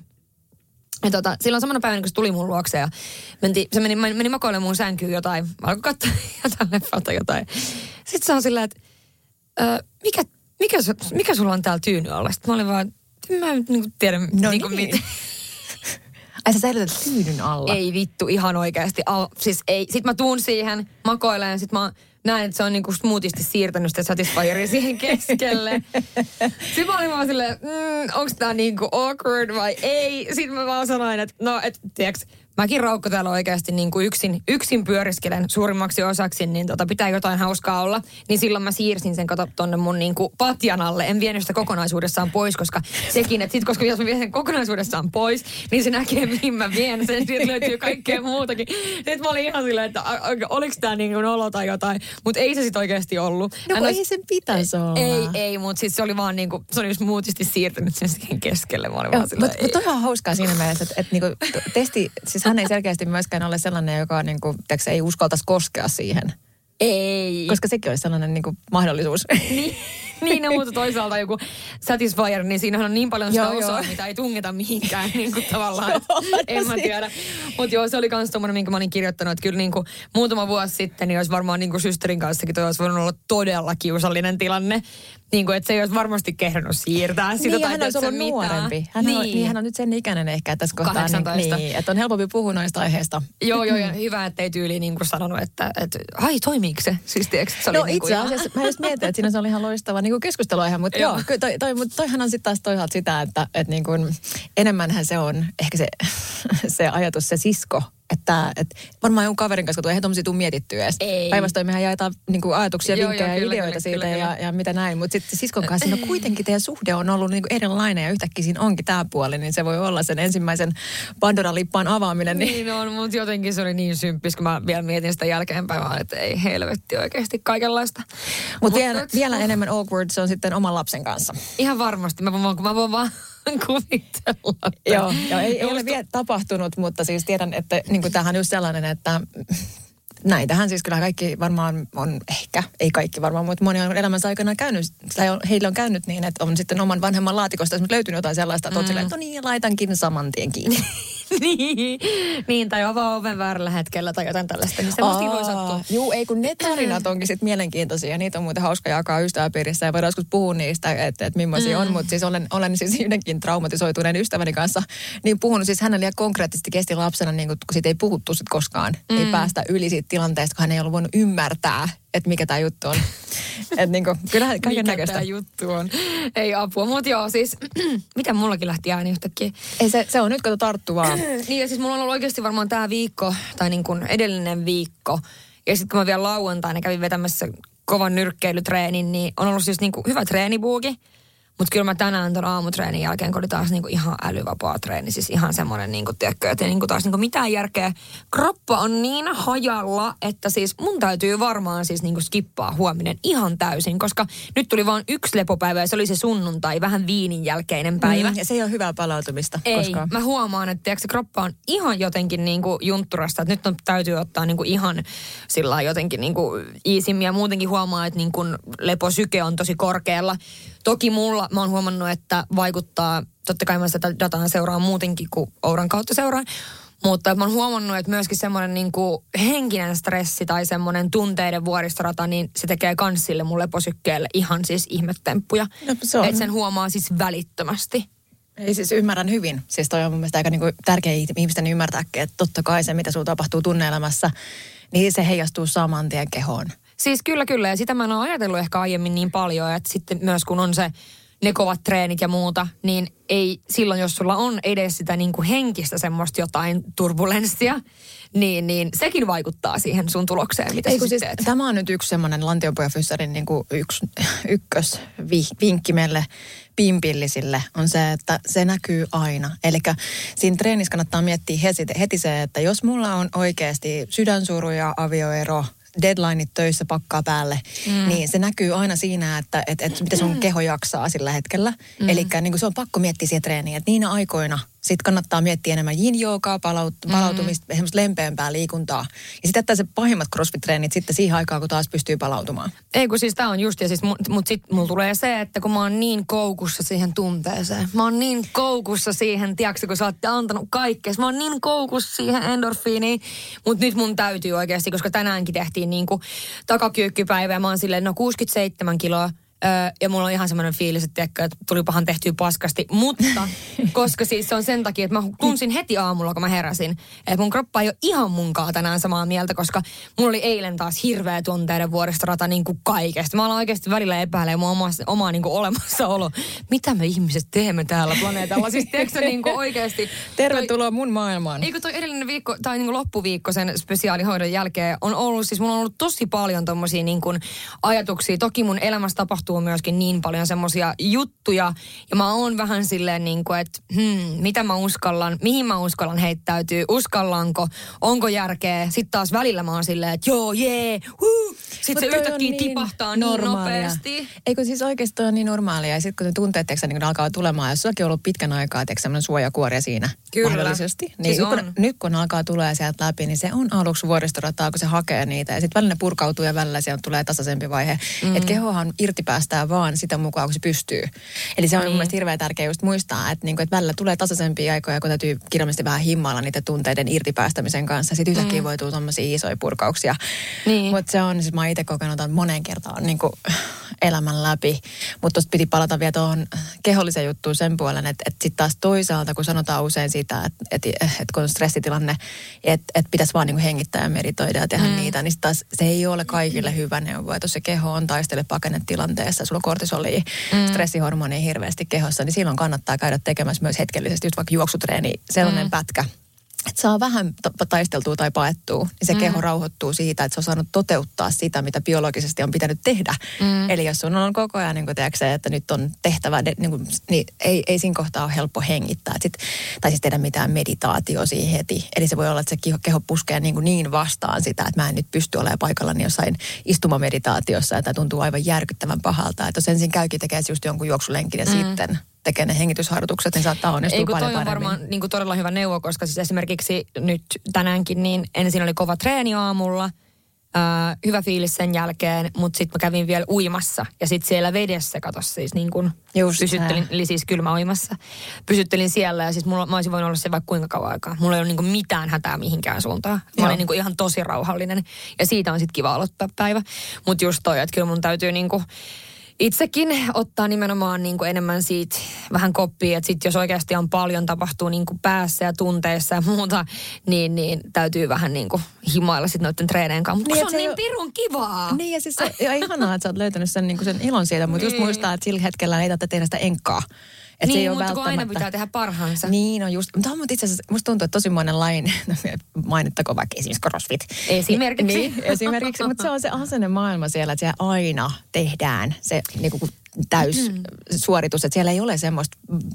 Speaker 1: Ja tota, silloin samana päivänä, kun se tuli mun luokse ja menti, se meni, meni makoilemaan mun sänkyyn jotain, alkoi katsoa jotain leffalta jotain. Sitten se on silleen, että ö, mikä, mikä, mikä sulla on täällä tyyny alla? Sitten mä olin vaan, mä en niin tiedä
Speaker 2: no
Speaker 1: niin kuin
Speaker 2: niin.
Speaker 1: mitä.
Speaker 2: Ai sä säilytät tyynyn alla?
Speaker 1: Ei vittu, ihan oikeasti. Al, siis ei. Sitten mä tuun siihen, makoilen, sit mä näen, että se on niinku smoothisti siirtänyt sitä Satisfyeria siihen keskelle. Sitten mä olin vaan silleen, mm, onks tää niinku awkward vai ei? Sitten mä vaan sanoin, että no, et tiiäks, mäkin Raukko täällä oikeasti niin kuin yksin, yksin pyöriskelen suurimmaksi osaksi, niin tota, pitää jotain hauskaa olla. Niin silloin mä siirsin sen kato tonne mun niin kuin patjan alle. En vienyt sitä kokonaisuudessaan pois, koska sekin, että sit koska jos mä vien sen kokonaisuudessaan pois, niin se näkee, mihin mä vien sen. Siitä löytyy kaikkea muutakin. Sitten mä olin ihan silleen, että oliks tää niin kuin olo tai jotain. Mutta ei se sit oikeasti ollut.
Speaker 2: No kun ei sen pitäisi olla.
Speaker 1: Ei, ei, mutta siis se oli vaan niin kuin, se oli just muutisti siirtynyt sen siihen keskelle. Mä olin vaan silleen,
Speaker 2: mutta toi on hauskaa siinä mielessä, että, että, että niinku, testi, siis hän ei selkeästi myöskään ole sellainen, joka niinku, tiiäks, ei uskaltaisi koskea siihen.
Speaker 1: Ei.
Speaker 2: Koska sekin olisi sellainen niinku, mahdollisuus.
Speaker 1: Niin, niin no, mutta toisaalta joku Satisfyer, niin siinähän on niin paljon sitä
Speaker 2: joo,
Speaker 1: osaa,
Speaker 2: joo.
Speaker 1: mitä ei tungeta mihinkään niin kuin tavallaan. Että, en mä tiedä. Mutta joo, se oli kans tommoinen, minkä mä olin kirjoittanut, että kyllä niin kuin muutama vuosi sitten, niin olisi varmaan niin kuin systerin kanssakin toi olisi voinut olla todella kiusallinen tilanne. Niin kuin, että se ei olisi varmasti kehdannut siirtää sitä.
Speaker 2: Niin, hän olisi ollut mitään. nuorempi. Hän niin. On, niin, hän on nyt sen ikäinen ehkä tässä kohtaa. Niin, niin, että on helpompi puhua noista aiheista.
Speaker 1: Joo, joo, ja hyvä, että ei tyyliin niin kuin sanonut, että, että ai, toimiiko se? Siis tiiäks, se oli
Speaker 2: no
Speaker 1: niin
Speaker 2: itse asiassa, ihan... mä just mietin, että siinä se oli ihan loistava niin kuin keskusteluaihe, mutta joo, joo toi, toi, mutta toihan on sitten taas toisaalta sitä, että, että niin kuin, enemmänhän se on ehkä se, se ajatus, se sisko, Että, että varmaan jonkun kaverin kanssa, kun ei tommosia tuu mietittyä edes. Päinvastoin mehän jaetaan niin kuin ajatuksia, joo, vinkkejä ja ideoita kyllä, siitä kyllä, ja, ja mitä näin. Mutta sitten siskon kanssa, no kuitenkin teidän suhde on ollut niin kuin erilainen ja yhtäkkiä siinä onkin tämä puoli, niin se voi olla sen ensimmäisen Pandora-lippaan avaaminen. Niin,
Speaker 1: niin on, mutta jotenkin se oli niin symppis, kun mä vielä mietin sitä jälkeenpäin, vaan että ei helvetti oikeasti kaikenlaista.
Speaker 2: Mut Mut vielä, et... vielä enemmän awkward se on sitten oman lapsen kanssa.
Speaker 1: Ihan varmasti. Mä voin, mä voin vaan kuvitella.
Speaker 2: Joo, joo, ei, ei ole vielä tapahtunut, mutta siis tiedän, että niin kuin tämähän on just sellainen, että näitähän siis kyllä kaikki varmaan on, ehkä, ei kaikki varmaan, mutta moni on elämänsä aikana käynyt, tai heillä on käynyt niin, että on sitten oman vanhemman laatikosta löytynyt jotain sellaista, että mm. on silleen, että no niin, laitankin saman tien kiinni.
Speaker 1: niin, niin, tai avaa oven väärällä hetkellä tai jotain tällaista, niin semmoista voi sattua.
Speaker 2: Juu, ei kun ne tarinat onkin sitten mielenkiintoisia, niitä on muuten hauska jakaa ystäväpiirissä ja voidaan joskus puhua niistä, että, että millaisia mm. on, mutta siis olen, olen siis yhdenkin traumatisoituneen ystäväni kanssa niin puhunut siis hänelle ja konkreettisesti kesti lapsena, niin kun, kun siitä ei puhuttu sit koskaan, mm. ei päästä yli siitä tilanteesta, kun hän ei ollut voinut ymmärtää, että mikä tämä juttu on. Että niinku, kyllähän kaiken näköistä.
Speaker 1: Mikä tämä juttu on. Ei apua. Mutta joo, siis, miten mullakin lähti ääni yhtäkkiä?
Speaker 2: Ei se, se on nyt, kato tarttu vaan.
Speaker 1: Niin ja siis mulla on ollut oikeasti varmaan tämä viikko, tai niin kuin edellinen viikko. Ja sitten kun mä vielä lauantaina kävin vetämässä kovan nyrkkeilytreenin, niin on ollut siis niin kuin hyvä treenibuuki. Mutta kyllä mä tänään ton aamutreenin jälkeen, kun oli taas niinku ihan älyvapaa treeni, siis ihan semmoinen, niinku, tiedätkö, että ei niinku taas niinku mitään järkeä. Kroppa on niin hajalla, että siis mun täytyy varmaan siis niinku skippaa huominen ihan täysin, koska nyt tuli vaan yksi lepopäivä ja se oli se sunnuntai, vähän viinin jälkeinen päivä. Mm,
Speaker 2: ja se ei ole hyvää palautumista
Speaker 1: ei,
Speaker 2: koskaan.
Speaker 1: Mä huomaan, että tiedätkö, kroppa on ihan jotenkin niinku juntturasta, että nyt on, täytyy ottaa niinku ihan sillä jotenkin niinku iisimmin ja muutenkin huomaa, että niinku leposyke on tosi korkealla. Toki mulla, mä oon huomannut, että vaikuttaa, totta kai mä sitä dataa seuraan muutenkin kuin Ouran kautta seuraan, mutta mä oon huomannut, että myöskin semmoinen niin kuin henkinen stressi tai semmoinen tunteiden vuoristorata, niin se tekee kans sille mun leposykkeelle ihan siis ihmetemppuja. No, että sen huomaa siis välittömästi.
Speaker 2: Ei siis ymmärrän hyvin. Siis toi on mun mielestä aika niin kuin tärkeä ihmisten ymmärtääkin, että totta kai se, mitä sulla tapahtuu tunne-elämässä, niin se heijastuu saman tien kehoon.
Speaker 1: Siis kyllä, kyllä. Ja sitä mä en ole ajatellut ehkä aiemmin niin paljon, että sitten myös kun on se, ne kovat treenit ja muuta, niin ei silloin, jos sulla on edes sitä niin kuin henkistä semmoista jotain turbulenssia, niin, niin sekin vaikuttaa siihen sun tulokseen, mitä ei, sä siis teet.
Speaker 2: Tämä on nyt yksi semmoinen Lantiopoja-fyssarin niin kuin yksi ykkösvinkki meille pimpillisille on se, että se näkyy aina. Eli siinä treenissä kannattaa miettiä heti, heti se, että jos mulla on oikeasti sydänsuru ja avioero, deadlineit töissä pakkaa päälle, mm. niin se näkyy aina siinä, että et, et, mitä sun keho jaksaa sillä hetkellä. Mm. Eli niin se on pakko miettiä siihen treeniin, että niinä aikoina sitten kannattaa miettiä enemmän yin-joogaa, palaut- palautumista, mm. semmoista lempeämpää liikuntaa. Ja sitten jättää se pahimmat crossfit-treenit sitten siihen aikaan, kun taas pystyy palautumaan.
Speaker 1: Ei kun siis tää on just, ja siis mu- mut sit mulla tulee se, että kun mä oon niin koukussa siihen tunteeseen. Mä oon niin koukussa siihen, tiedätkö, kun sä oot antanut kaikkea. Mä oon niin koukussa siihen endorfiiniin. Mut nyt mun täytyy oikeasti, koska tänäänkin tehtiin niinku takakyykkypäivä ja mä oon silleen, no kuusikymmentäseitsemän kiloa. Öö, ja mulla on ihan semmoinen fiilis, että, tiedätkö, että tulipahan tehtyä paskasti. Mutta, koska siis se on sen takia, että mä tunsin heti aamulla, kun mä heräsin, että mun kroppa ei ole ihan munkaan tänään samaa mieltä, koska mulla oli eilen taas hirveä tunteiden vuoristorata niin kuin kaikesta. Mä aloin oikeasti välillä epäilemään mun omaa, omaa niin kuin olemassaolo. Mitä me ihmiset teemme täällä planeetalla? Siis tiedätkö niin kuin oikeasti?
Speaker 2: Tervetuloa toi, mun maailmaan.
Speaker 1: Eikö toi edellinen viikko, tai niin kuin loppuviikko sen spesiaalihoidon jälkeen on ollut, siis mulla on ollut tosi paljon tommosia niin kuin ajatuksia. Toki mun elämässä tapahtuu myöskin niin paljon semmoisia juttuja. Ja mä oon vähän silleen niin kuin, että hmm, mitä mä uskallan, mihin mä uskallan heittäytyy, uskallanko, onko järkeä. Sitten taas välillä mä oon silleen, että joo, jee, huu. Sitten se yhtäkkiä niin tipahtaa normaalia. Niin nopeasti.
Speaker 2: Eikö siis oikeasti toi on niin normaalia. Ja sitten kun ne tunteet teksä, niin kun alkaa tulemaan, jos sullakin on ollut pitkän aikaa teksä semmoinen suojakuoria siinä
Speaker 1: Kyllä.
Speaker 2: mahdollisesti. Niin
Speaker 1: siis
Speaker 2: nyt, kun, nyt kun alkaa tulee sieltä läpi, niin se on aluksi vuoristorataa, kun se hakee niitä. Ja sitten välillä ne purkautuu ja välillä sieltä tulee tasaisempi vaihe. Mm. Että kehohan irtipäästää vaan sitä mukaan, kun se pystyy. Eli se on niin. mun mielestä hirveän tärkeää just muistaa, että, niinku, että välillä tulee tasaisempia aikoja, kun täytyy kirjallisesti vähän himmailla niitä tunteiden irtipäästämisen kanssa. Sitten yhtäkkiä mm. voi tulla tommosia isoja purkauksia. Niin. Mutta se on, siis mä itse kokenut moneen kertaan niin kuin elämän läpi. Mutta tuosta piti palata vielä tuohon keholliseen juttuun sen puolen, että, että sitten taas toisaalta, kun sanotaan usein sitä, että, että, että kun on stressitilanne, että, että pitäisi vaan niin kuin hengittää ja meditoida ja tehdä mm. niitä, niin taas se ei ole kaikille hyvä neuvo. Että jos se keho on taistele pakennetilanteessa, sulla on kortisolia, mm. stressihormonia hirveästi kehossa, niin silloin kannattaa käydä tekemässä myös hetkellisesti, just vaikka juoksutreeni, sellainen mm. pätkä. että saa vähän taisteltua tai paettua, niin se mm. keho rauhoittuu siitä, että se on saanut toteuttaa sitä, mitä biologisesti on pitänyt tehdä. Mm. Eli jos sun on koko ajan, niin kuin tiedätkö, että nyt on tehtävä, niin, kuin, niin ei, ei siinä kohtaa ole helppo hengittää. Sit, tai siis tehdä mitään meditaatio siihen heti. Eli se voi olla, että se keho puskee niin, kuin niin vastaan sitä, että mä en nyt pysty olemaan paikallani jossain istumameditaatiossa, että tuntuu aivan järkyttävän pahalta. Että jos ensin käykin tekee just jonkun juoksulenkin ja mm. sitten tekee ne hengitysharjoitukset, niin saattaa onnistua paljon paremmin. Ei, kun toi on varmaan niin kuin todella hyvä neuvo, koska siis esimerkiksi nyt tänäänkin, niin ensin oli kova treeni aamulla, äh, hyvä fiilis sen jälkeen, mutta sitten mä kävin vielä uimassa. Ja sitten siellä vedessä, kato siis niin kuin pysyttelin, eli siis kylmä uimassa, pysyttelin siellä ja siis mulla, mä olisin voinut olla se vaikka kuinka kauan aikaa. Mulla ei ole niin kuin mitään hätää mihinkään suuntaan. Mä Joo. olin niin kuin ihan tosi rauhallinen ja siitä on sitten kiva aloittaa päivä. Mutta just toi, että kyllä mun täytyy niin kuin itsekin ottaa nimenomaan niin kuin enemmän siitä vähän koppia, että sit jos oikeasti on paljon tapahtuu niin kuin päässä ja tunteissa ja muuta, niin, niin täytyy vähän niin kuin himailla sitten noiden treeneen kanssa. Mutta niin, se on niin pirun kivaa. Niin ja siis se on ihanaa, että sä oot löytänyt sen, niin kuin sen ilon siitä, mutta niin. just muistaa, että sillä hetkellä ei tarvitse tehdä sitä enkkaa. Et niin, se ei mutta välttämättä kun aina pitää tehdä parhaansa. Niin, on just. Mutta itse asiassa musta tuntuu, että tosi monen lain, mainittako vaikka esimerkiksi CrossFit. Esimerkiksi. Niin, esimerkiksi, mutta se on se asennemaailma siellä, että siellä aina tehdään se niin kuin täyssuoritus, että siellä ei ole semmoista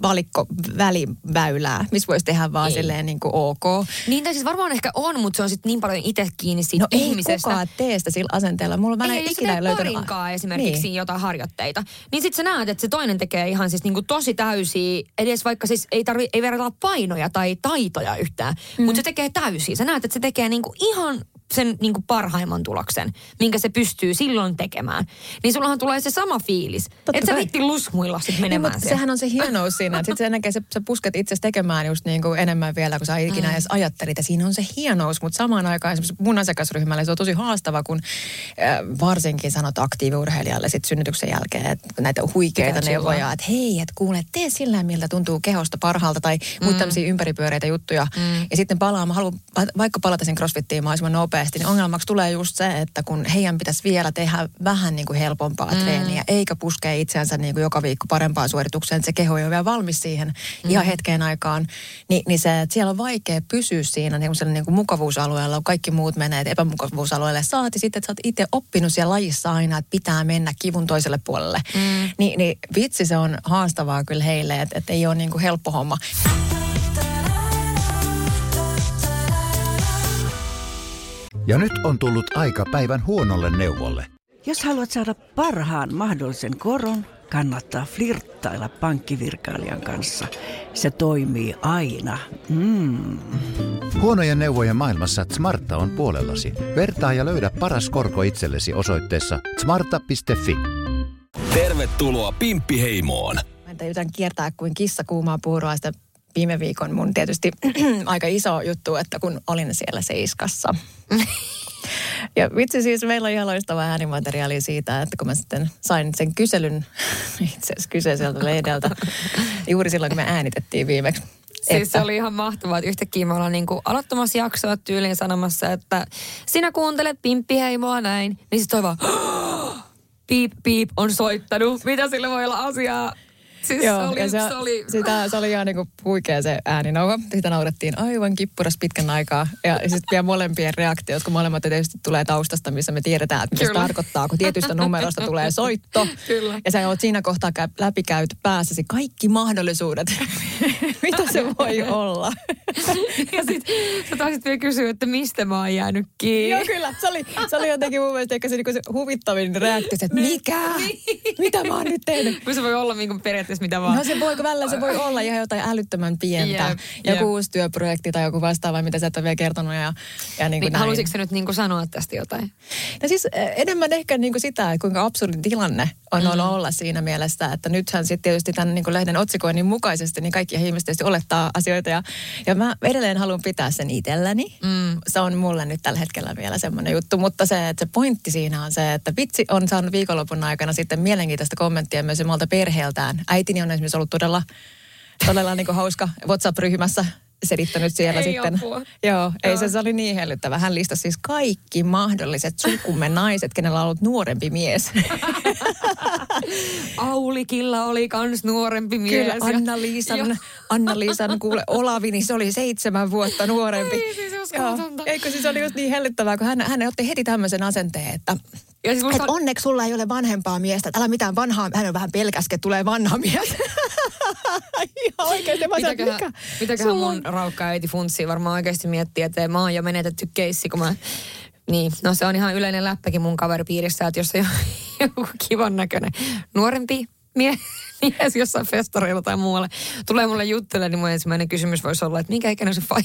Speaker 2: valikko-väliväylää, missä voisi tehdä vaan ei. silleen niin kuin ok. Niin, tai siis varmaan ehkä on, mutta se on sitten niin paljon itse kiinni siitä no ihmisestä. No ei kukaan tee sitä sillä asenteella. Mulla mä ei ikinä löytänyt parinkaan esimerkiksi niin. jotain harjoitteita. Niin sitten sä näet, että se toinen tekee ihan siis niin kuin tosi täysiä, edes vaikka siis ei tarvi, ei verrata painoja tai taitoja yhtään, mm. mutta se tekee täysiä. Sä näet, että se tekee niin kuin ihan sen niin kuin parhaimman tuloksen, minkä se pystyy silloin tekemään. Niin sullahan tulee se sama fiilis. Että sä vitti lusmuilla sitten menemään niin, sehän on se hienous siinä. Sitten se näkee, sä pusket itse tekemään just niin kuin enemmän vielä, kun sä ikinä mm. edes ajattelit. Ja siinä on se hienous, mutta samaan aikaan esimerkiksi mun asiakasryhmälle se on tosi haastava, kun äh, varsinkin sanot aktiiviurheilijalle sitten synnytyksen jälkeen, että näitä huikeita neuvoja, että hei, että kuule, tee sillä miltä tuntuu kehosta parhaalta tai mm. muita tämmöisiä ympäripyöreitä juttuja. Mm. Ja sitten palaa, mä haluan vaikka palata sen CrossFittiin mahdollisimman nopeasti, niin ongelmaksi tulee just se, että kun heidän pitäisi vielä tehdä vähän niin kuin helpompaa mm. treeniä, eikä puskea itseänsä niin kuin joka viikko parempaan suoritukseen, että se keho ei ole vielä valmis siihen mm. ihan hetkeen aikaan, Ni, niin se, että siellä on vaikea pysyä siinä niin kuin, niin kuin mukavuusalueella, kun kaikki muut menee epämukavuusalueelle. Saati sitten, että sä oot itse oppinut siellä lajissa aina, että pitää mennä kivun toiselle puolelle. Mm. Ni, niin vitsi, se on haastavaa kyllä heille, että, että ei ole niin kuin helppo homma.
Speaker 4: Ja nyt on tullut aika päivän huonolle neuvolle.
Speaker 5: Jos haluat saada parhaan mahdollisen koron, kannattaa flirttailla pankkivirkailijan kanssa. Se toimii aina. Mm.
Speaker 4: Huonojen neuvojen maailmassa Smarta on puolellasi. Vertaa ja löydä paras korko itsellesi osoitteessa smarta piste fi.
Speaker 3: Tervetuloa Pimppiheimoon.
Speaker 2: Mä en yritän kiertää kuin kissa kuumaa puuroa sitä viime viikon mun tietysti aika iso juttu, että kun olin siellä Seiskassa. Ja vitsi siis, meillä on ihan loistavaa äänimateriaalia siitä, että kun mä sitten sain sen kyselyn itse asiassa kyseiseltä lehdeltä juuri silloin, kun me äänitettiin viimeksi.
Speaker 1: Siis että se oli ihan mahtavaa, että yhtäkkiä me ollaan niin kuin aloittamassa jaksoa tyyliin sanomassa, että sinä kuuntelet Pimppiheimoa näin. Niin sitten toi vaan, piip, piip on soittanut. Mitä sillä voi olla asiaa? Siis Joo, oli, se, se, oli...
Speaker 2: Sitä, se oli ihan niin kuin huikea se ääninauha. Sitä naurettiin aivan kippuras pitkän aikaa. Ja sitten vielä molempien reaktiot, kun molemmat tietysti tulee taustasta, missä me tiedetään, että mitä se tarkoittaa, kun tietystä numerosta tulee soitto. Kyllä. Ja sä oot siinä kohtaa läpikäyt päässäsi kaikki mahdollisuudet. Mitä se voi olla?
Speaker 1: Ja sitten sä taisit vielä kysyä, että mistä mä oon jäänyt kiinni.
Speaker 2: Joo, kyllä. Se oli, se oli jotenkin mun mielestä ehkä se, niin se huvittavin reaktio, että mikä? Mitä mä oon nyt tehnyt?
Speaker 1: Se voi olla niin periaatteessa mitä vaan.
Speaker 2: No se voi, välillä se voi olla ihan jotain älyttömän pientä. Yep, joku yep. uusi työprojekti tai joku vastaava, mitä sä et ole vielä kertonut. Ja, ja niin kuin niin,
Speaker 1: halusitko sä nyt niin kuin sanoa tästä jotain?
Speaker 2: No siis enemmän ehkä niin kuin sitä, että kuinka absurdi tilanne on mm. olla siinä mielessä, että nythän sitten tietysti tämän niin kuin lehden otsikoinnin mukaisesti, niin kaikki ihmiset tietysti olettaa asioita. Ja, ja mä edelleen haluan pitää sen itselläni. Mm. Se on mulle nyt tällä hetkellä vielä semmoinen juttu. Mutta se, että se pointti siinä on se, että vitsi on saanut viikonlopun aikana sitten mielenkiintoista kommenttia myös omalta perheeltään. Äitini on esimerkiksi ollut todella, todella niin kuin hauska WhatsApp-ryhmässä selittänyt siellä
Speaker 1: ei
Speaker 2: sitten.
Speaker 1: Apua.
Speaker 2: Joo, ei se, se oli niin hellyttävä. Hän listasi siis kaikki mahdolliset sukumme naiset, kenellä on ollut nuorempi mies.
Speaker 1: Aulikilla oli kans nuorempi mies.
Speaker 2: Kyllä, Anna-Liisan, Anna-Liisan kuule Olavi, niin se oli seitsemän vuotta nuorempi.
Speaker 1: Ei siis uskomatonta.
Speaker 2: Eikö siis oli just niin hellyttävää, kun hän, hän otti heti tämmöisen asenteen, että
Speaker 1: ja siis musta...
Speaker 2: et onneksi sulla ei ole vanhempaa miestä. Älä mitään vanhaa, hän on vähän pelkäskä, että tulee vanha mies. Ihan oikeasti. Mä sanon, mikä?
Speaker 1: Mitäköhän mun raukka äiti funtsii varmaan oikeasti miettii, että mä oon jo menetetty keissi, kun mä... Niin, no se on ihan yleinen läppäkin mun kaveripiirissä, että jos on joku kivan näköinen nuorempi mie- mies jossain festareilla tai muualle tulee mulle juttelemaan, niin mun ensimmäinen kysymys voisi olla, että minkä ikäinen se fai?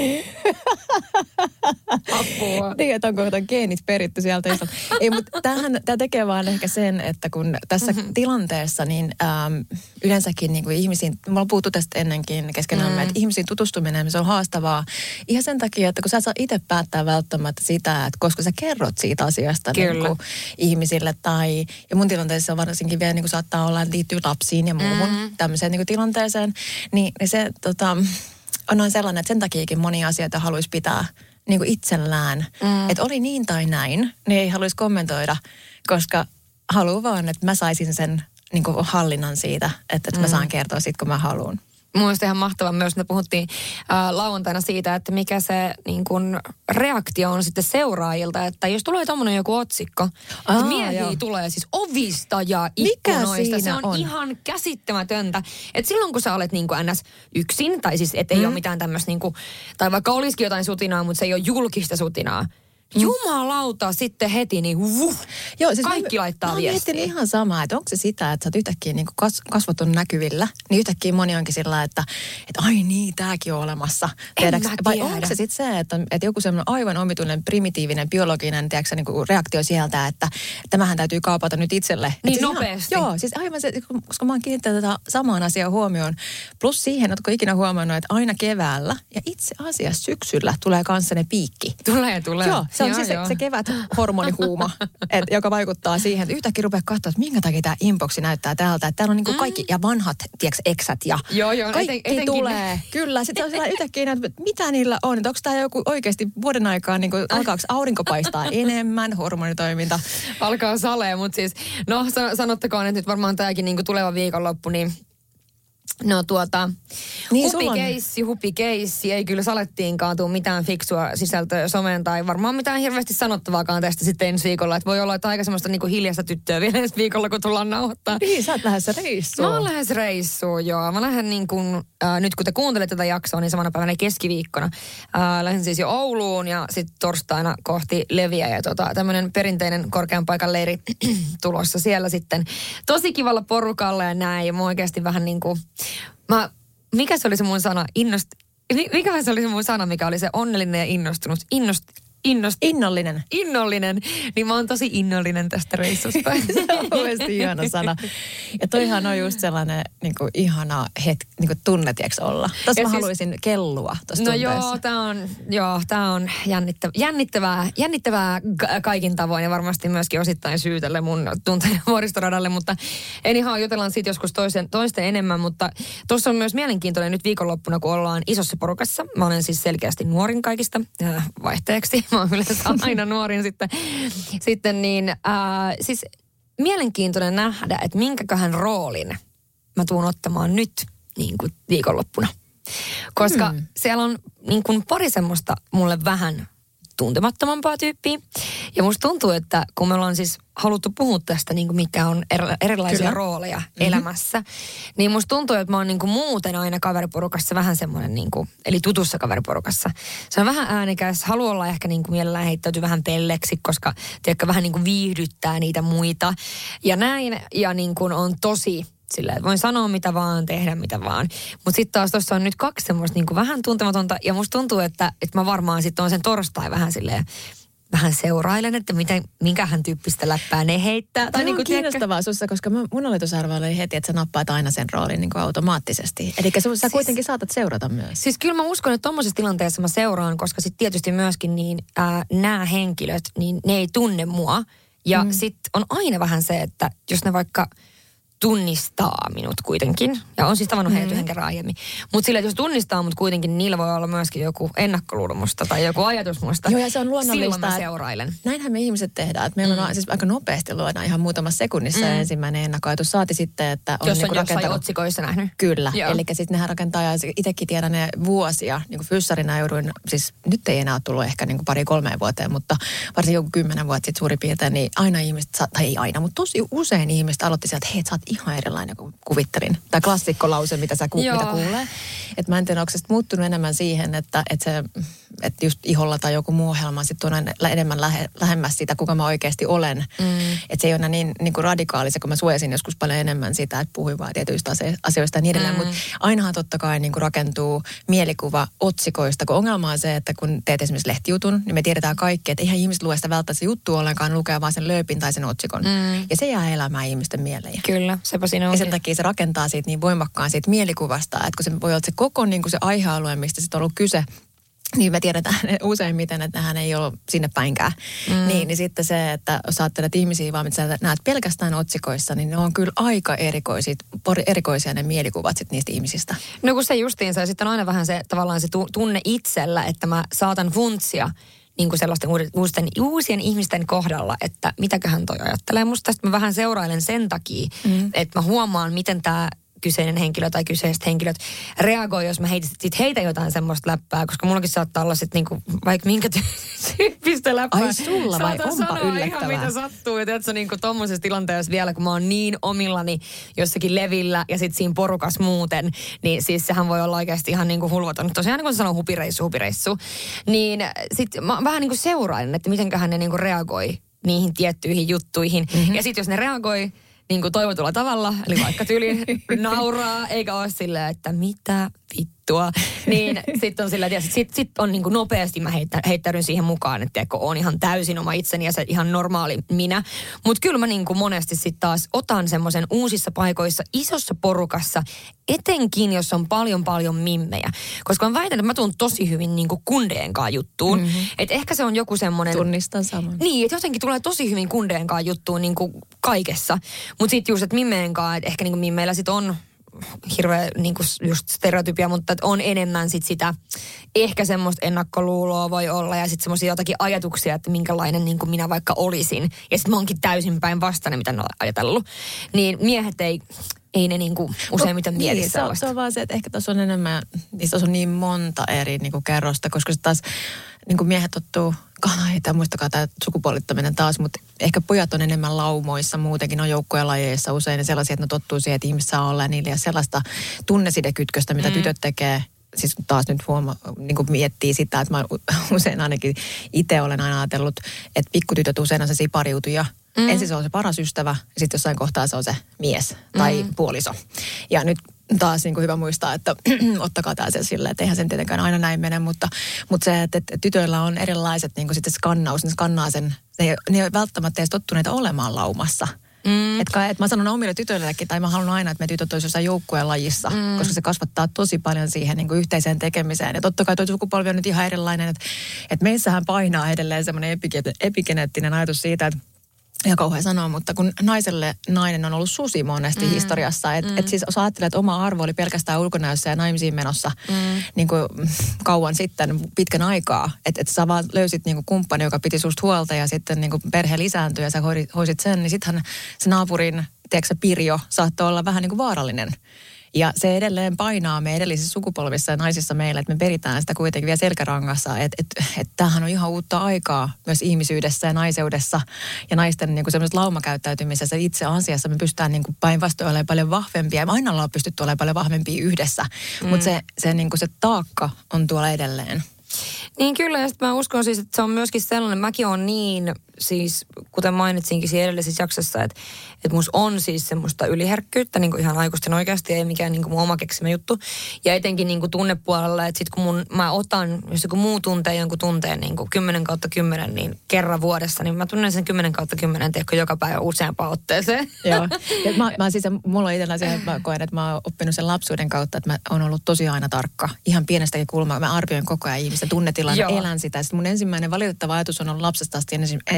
Speaker 1: Apua.
Speaker 2: Niin, että onko ton geenit peritty sieltä. Ei, mutta tämähän, tämä tekee vaan ehkä sen, että kun tässä mm-hmm. tilanteessa, niin ähm, yleensäkin niin kuin ihmisiin, me ollaan puhuttu tästä ennenkin keskenään, mm-hmm. että ihmisiin tutustuminen, se on haastavaa. Ihan sen takia, että kun sä saa itse päättää välttämättä sitä, että koska sä kerrot siitä asiasta niin kuin ihmisille tai, ja mun tilanteessa varsinkin vielä niin kuin saattaa olla, että liittyy lapsiin ja muuhun mm-hmm. tämmöiseen niin kuin tilanteeseen, niin, niin se tota, on noin sellainen, että sen takiakin monia asioita haluaisi pitää niin kuin itsellään. Mm. Että oli niin tai näin, niin ei haluaisi kommentoida, koska haluan vaan, että mä saisin sen niin kuin hallinnan siitä, että, että mä saan kertoa siitä, kun mä haluan.
Speaker 1: Mun mielestä ihan mahtavaa myös, me puhuttiin äh, lauantaina siitä, että mikä se niin kun, reaktio on sitten seuraajilta, että jos tulee tommonen joku otsikko, Aa, että miehiä joo. tulee siis ovista ja ikkunoista, se on, on ihan käsittämätöntä. Että silloin kun sä olet niin kuin ns. Yksin, tai siis et ei mm. ole mitään tämmöistä, niin kuin, tai vaikka olisikin jotain sutinaa, mutta se ei ole julkista sutinaa. Mm. Jumalauta sitten heti niin vuh,
Speaker 2: Joo, siis
Speaker 1: kaikki mä, laittaa
Speaker 2: mä
Speaker 1: viestiä.
Speaker 2: Mä ihan samaa, että onko se sitä, että sä oot yhtäkkiä niin kas, kasvot on näkyvillä, niin yhtäkkiä moni onkin sillä, että, että ai niin, tääkin on olemassa. Tiedätkö, vai onko se sitten se, että, että joku semmoinen aivan omituinen, primitiivinen, biologinen tiedätkö, niin kuin reaktio sieltä, että tämähän täytyy kaapata nyt itselle.
Speaker 1: Niin
Speaker 2: siis
Speaker 1: nopeasti.
Speaker 2: Ihan, joo, siis aivan se, koska mä oon kiinnittänyt tätä samaan asiaan huomioon. Plus siihen, ootko ikinä huomannut, että aina keväällä ja itse asiassa syksyllä tulee kanssa ne piikki.
Speaker 1: Tulee, tulee.
Speaker 2: Joo, se on
Speaker 1: joo,
Speaker 2: siis
Speaker 1: joo.
Speaker 2: se, se kevät hormonihuuma, et, joka vaikuttaa siihen, että yhtäkkiä rupeaa katsoa, että minkä takia tämä inboxi näyttää täältä. Että täällä on niin kuin kaikki, ja vanhat, tiedätkö, eksät ja
Speaker 1: joo, joo,
Speaker 2: kaikki
Speaker 1: eten,
Speaker 2: tulee. Ne. Kyllä, sitten on sellainen yhtäkkiä, että mitä niillä on. Että onko tämä joku oikeasti vuoden aikaa, niin kuin, alkaako aurinko paistaa enemmän, hormonitoiminta?
Speaker 1: Alkaa salee, mutta siis, no sanottakoon, että nyt varmaan tämäkin niin kuin tuleva viikonloppu, niin no tuota,
Speaker 2: niin,
Speaker 1: hupikeissi, hupikeissi, ei kyllä salettiinkaan tuu mitään fiksua sisältöä someen tai varmaan mitään hirveästi sanottavaakaan tästä sitten ensi viikolla. Että voi olla, että aika semmoista niinku hiljaista tyttöä vielä ensi viikolla, kun tullaan nauhoittaa.
Speaker 2: Niin, sä oot lähdössä reissuun.
Speaker 1: Mä oon lähes reissuun, joo. Mä lähden niin kuin, äh, nyt kun te kuuntelette tätä jaksoa, niin samana päivänä keskiviikkona. Äh, lähden siis jo Ouluun ja sitten torstaina kohti Leviä. Ja tota, tämmönen perinteinen korkean paikan leiri tulossa siellä sitten tosi kivalla porukalla ja näin. Ja mä oikeasti vähän niin kuin... Mä, mikä se oli se mun sana? Innost, mikä se oli se mun sana, mikä oli se onnellinen ja innostunut? Innost, innost,
Speaker 2: innollinen.
Speaker 1: Innollinen. Niin mä oon tosi innollinen tästä reissusta.
Speaker 2: Se on oikeasti ihana sana. Ja toihan on just sellainen niin kuin, ihana hetki, niin kuin tunne, tiiäks olla. Tuossa mä siis, haluaisin kellua tuossa
Speaker 1: no
Speaker 2: tunteessa.
Speaker 1: joo, tää on, joo, tää on jännittävää, jännittävää, jännittävää kaikin tavoin ja varmasti myöskin osittain syy tälle mun tunteiden vuoristoradalle, mutta en ihan jutellaan siitä joskus toisten, toisten enemmän, mutta tuossa on myös mielenkiintoinen nyt viikonloppuna, kun ollaan isossa porukassa. Mä olen siis selkeästi nuorin kaikista äh, vaihteeksi. Mä oon yleensä aina nuorin sitten, sitten niin äh, siis mielenkiintoinen nähdä, että minkäköhän roolin mä tuun ottamaan nyt niin kuin viikonloppuna. Koska hmm. siellä on niin kuin pari semmoista mulle vähän tuntemattomampaa tyyppiä. Ja musta tuntuu, että kun me ollaan siis haluttu puhua tästä, niin kuin mikä on erilaisia Kyllä. rooleja mm-hmm. elämässä, niin musta tuntuu, että mä oon niin kuin muuten aina kaveriporukassa vähän semmoinen, niin kuin, eli tutussa kaveriporukassa. Se on vähän äänekäs, haluaa olla ehkä niin kuin mielellään heittäytyy vähän pelleksi, koska tiedätkö, vähän niin kuin viihdyttää niitä muita. Ja näin, ja niin kuin on tosi... Sillä, että voin sanoa mitä vaan, tehdä mitä vaan. Mutta sitten taas tuossa on nyt kaksi semmoista niin vähän tuntematonta. Ja musta tuntuu, että, että mä varmaan sitten on sen torstai vähän silleen, vähän seurailen, että miten, minkähän tyyppistä läppää ne heittää.
Speaker 2: Tämä on niin kiinnostavaa sussa, koska mun oletusarvo oli heti, että sä nappaat aina sen roolin niin kuin automaattisesti. Eli sä siis, kuitenkin saatat seurata myös.
Speaker 1: Siis kyllä mä uskon, että tommosessa tilanteessa mä seuraan, koska sitten tietysti myöskin niin äh, nämä henkilöt, niin ne ei tunne mua. Ja mm. sitten on aina vähän se, että jos ne vaikka... tunnistaa minut kuitenkin. Ja on siis tavannut heidät mm. yhden kerran aiemmin. Mutta sillä, että jos tunnistaa mut kuitenkin, niin niillä voi olla myöskin joku ennakkoluulo musta tai joku ajatus musta.
Speaker 2: Joo, ja se on luonnollista.
Speaker 1: Silloin mä seurailen.
Speaker 2: Näinhän me ihmiset tehdään. Että meillä on mm. siis aika nopeasti luodaan ihan muutamassa sekunnissa mm. ensimmäinen ennakkoajatus. Saati sitten, että on
Speaker 1: jos
Speaker 2: niinku
Speaker 1: on jossain
Speaker 2: rakentanut...
Speaker 1: otsikoissa nähnyt.
Speaker 2: Kyllä. Eli siis nehän rakentaa, ja itsekin tiedän ne vuosia. Niin kuin fyssarina jouduin, siis nyt ei enää tullut ehkä niin kuin pari kolmeen vuoteen, mutta varsin joku kymmenen vuotta sitten suurin piirtein, niin aina ihmiset, tai ei aina, mutta tosi usein ihmiset aloitti sieltä, että hei, sä oot ihan erilainen kuin kuvittelin. Tämä klassikkolause, mitä sä ku, mitä kuulee. Että mä en tiedä, onko se muuttunut enemmän siihen, että, että, se, että just iholla tai joku muu ohjelma sitten on enemmän lähe, lähemmäs sitä, kuka mä oikeasti olen. Mm. Että se ei ole enää niin, niin kuin radikaali, se kun mä suojasin joskus paljon enemmän sitä, että puhuin vaan tietyistä asioista ja niin edelleen. Mm. Mutta ainahan totta kai niin kuin rakentuu mielikuva otsikoista, kun ongelma on se, että kun teet esimerkiksi lehtijutun, niin me tiedetään kaikki, että eihän ihmiset lue sitä välttämättä se juttu ollenkaan, lukee vaan sen lööpin tai sen otsikon. Mm. Ja se jää elämään ihmisten mieleen.
Speaker 1: Kyllä, sepä siinä on.
Speaker 2: Ja sen takia se rakentaa siitä niin voimakkaan siitä mielikuvasta, että kun se voi olla se koko niin kuin se aihealue, mistä sitten on ollut kyse, niin me tiedetään useimmiten, että hän ei ole sinne päinkään. Mm. Niin, niin sitten se, että jos ajattelet ihmisiä vaan, mitä sä näet pelkästään otsikoissa, niin ne on kyllä aika erikoisia, erikoisia ne mielikuvat sit niistä ihmisistä.
Speaker 1: No kun se justiinsa, ja sitten on aina vähän se tavallaan se tunne itsellä, että mä saatan funtsia niin kuin sellaisten uusien, uusien ihmisten kohdalla, että mitäköhän toi ajattelee musta. Sitten mä vähän seurailen sen takia, mm. että mä huomaan, miten tämä kyseinen henkilö tai kyseiset henkilöt reagoi, jos mä heitin sit heitä jotain semmoista läppää, koska mullakin saattaa olla sit niinku vaikka minkä tyyppistä läppää.
Speaker 2: Ai sulla vai? Onpa yllättävää.
Speaker 1: Ihan mitä sattuu. Ja tiedätkö, niinku tommosessa tilanteessa vielä, kun mä oon niin omillani jossakin levillä ja sit siinä porukas muuten, niin siis sehän voi olla oikeasti ihan niinku hulvaton. Tosiaan niin kuin sanoo hupireissu, hupireissu. Niin sit mä vähän niinku seurailen, että mitenköhän ne niinku reagoi niihin tiettyihin juttuihin. Mm-hmm. Ja sit jos ne reagoi niin kuin toivotulla tavalla, eli vaikka tyyliin nauraa, eikä ole silleen, että mitä vittua. Niin sitten on silleen, että sit, sit on niin kuin nopeasti mä heittä, heittäydyn siihen mukaan, että tiedätkö, on ihan täysin oma itseni ja se ihan normaali minä. Mutta kyllä mä niin kuin monesti sitten taas otan semmoisen uusissa paikoissa, isossa porukassa, etenkin jos on paljon paljon mimmejä. Koska mä väitän, että mä tuun tosi hyvin niin kuin kundeen kanssa juttuun. Mm-hmm. Että ehkä se on joku semmoinen...
Speaker 2: Tunnistan saman.
Speaker 1: Niin, että jotenkin tulee tosi hyvin kundeen kanssa juttuun niin kuin kaikessa. Mutta sitten just, että mimmeen kanssa, että ehkä niin kuin mimmeillä sitten on hirveä niin kuin just stereotypia, mutta on enemmän sit sitä, ehkä semmoista ennakkoluuloa voi olla ja sitten semmoisia jotakin ajatuksia, että minkälainen niin kuin minä vaikka olisin. Ja sitten mä oonkin täysin päinvastainen, mitä ne on ajatellut. Niin miehet ei, ei ne niin kuin useimmiten no, mieti
Speaker 2: niin,
Speaker 1: sellaista.
Speaker 2: Se on vaan se, että ehkä tuossa on enemmän, niin tuossa on niin monta eri niin kuin kerrosta, koska se taas niin kuin miehet tottuu, ei tämä muistakaa tämä sukupuolittaminen taas, mutta ehkä pojat on enemmän laumoissa, muutenkin on joukkoja lajeissa usein sellaisia, että ne tottuu siihen, että ihmiset saa olla ja niillä ei ole sellaista tunnesidekytköstä, mitä mm. tytöt tekee. Siis taas nyt huoma, niin kuin miettii sitä, että mä usein ainakin itse olen aina ajatellut, että pikkutytöt usein on sellaisia pariutuja. Mm. Ensin se on se paras ystävä ja sitten jossain kohtaa se on se mies tai mm. puoliso. Ja nyt taas niin kuin hyvä muistaa, että ottakaa tämä se silleen, että eihän sen tietenkään aina näin mene, mutta, mutta se, että, että tytöillä on erilaiset niin kuin sitten skannaus, ne skannaa sen, ne, ne ei välttämättä edes tottuneita olemaan laumassa. Mm. Että et mä sanon omille tytöillekin, tai mä haluan aina, että me tytöt olisivat jossain joukkueen lajissa, mm. koska se kasvattaa tosi paljon siihen niin kuin yhteiseen tekemiseen. Ja totta kai tuo sukupolvi on nyt ihan erilainen, että, että meissähän painaa edelleen semmoinen epigeneettinen ajatus siitä, että ja kauhean sanoa, mutta kun naiselle nainen on ollut susi monesti mm. historiassa, että mm. et siis jos ajattelee, että oma arvo oli pelkästään ulkonäössä ja naimisiin menossa mm. niin kuin kauan sitten, pitkän aikaa, että et sä vaan löysit niin kuin kumppani, joka piti susta huolta ja sitten niin kuin perhe lisääntyi ja sä hoisit sen, niin sittenhän se naapurin, tiedätkö Pirjo, saattoi olla vähän niin kuin vaarallinen. Ja se edelleen painaa me edellisissä sukupolvissa ja naisissa meillä, että me peritään sitä kuitenkin vielä selkärangassa. Että et, et tämähän on ihan uutta aikaa myös ihmisyydessä ja naiseudessa ja naisten niin semmoisessa laumakäyttäytymisessä. Itse asiassa me pystytään niin päinvastoin olemaan paljon vahvempia. Me aina ollaan pystytty olemaan paljon vahvempia yhdessä, mm. mutta se, se, niin se taakka on tuolla edelleen.
Speaker 1: Niin kyllä, ja sitten mä uskon siis, että se on myöskin sellainen, mäkin on niin, siis kuten mainitsinkin siinä edellisessä jaksossa, että, että musta on siis semmoista yliherkkyyttä, niin kuin ihan aikuisten oikeasti, ei mikään niin kuin mun oma keksimä juttu. Ja etenkin niin kuin tunnepuolella, että sit kun mun, mä otan, jos joku muu tuntee jonkun tunteen niin kuin kymmenen kautta kymmenen, niin kerran vuodessa, niin mä tunnen sen kymmenen kautta kymmenen, teekö joka päivä useampaan otteeseen.
Speaker 2: Joo, ja mä, mä siis, mulla on itsellä se, että mä koen, että mä oon oppinut sen lapsuuden kautta, että mä oon ollut tosi aina tarkka. Ihan pienestäkin kulmaa, mä arvioin koko ajan ihmistä tunnetilan, elän sitä. Sitten mun ensimmäinen valitettava ajatus on ollut lapsesta asti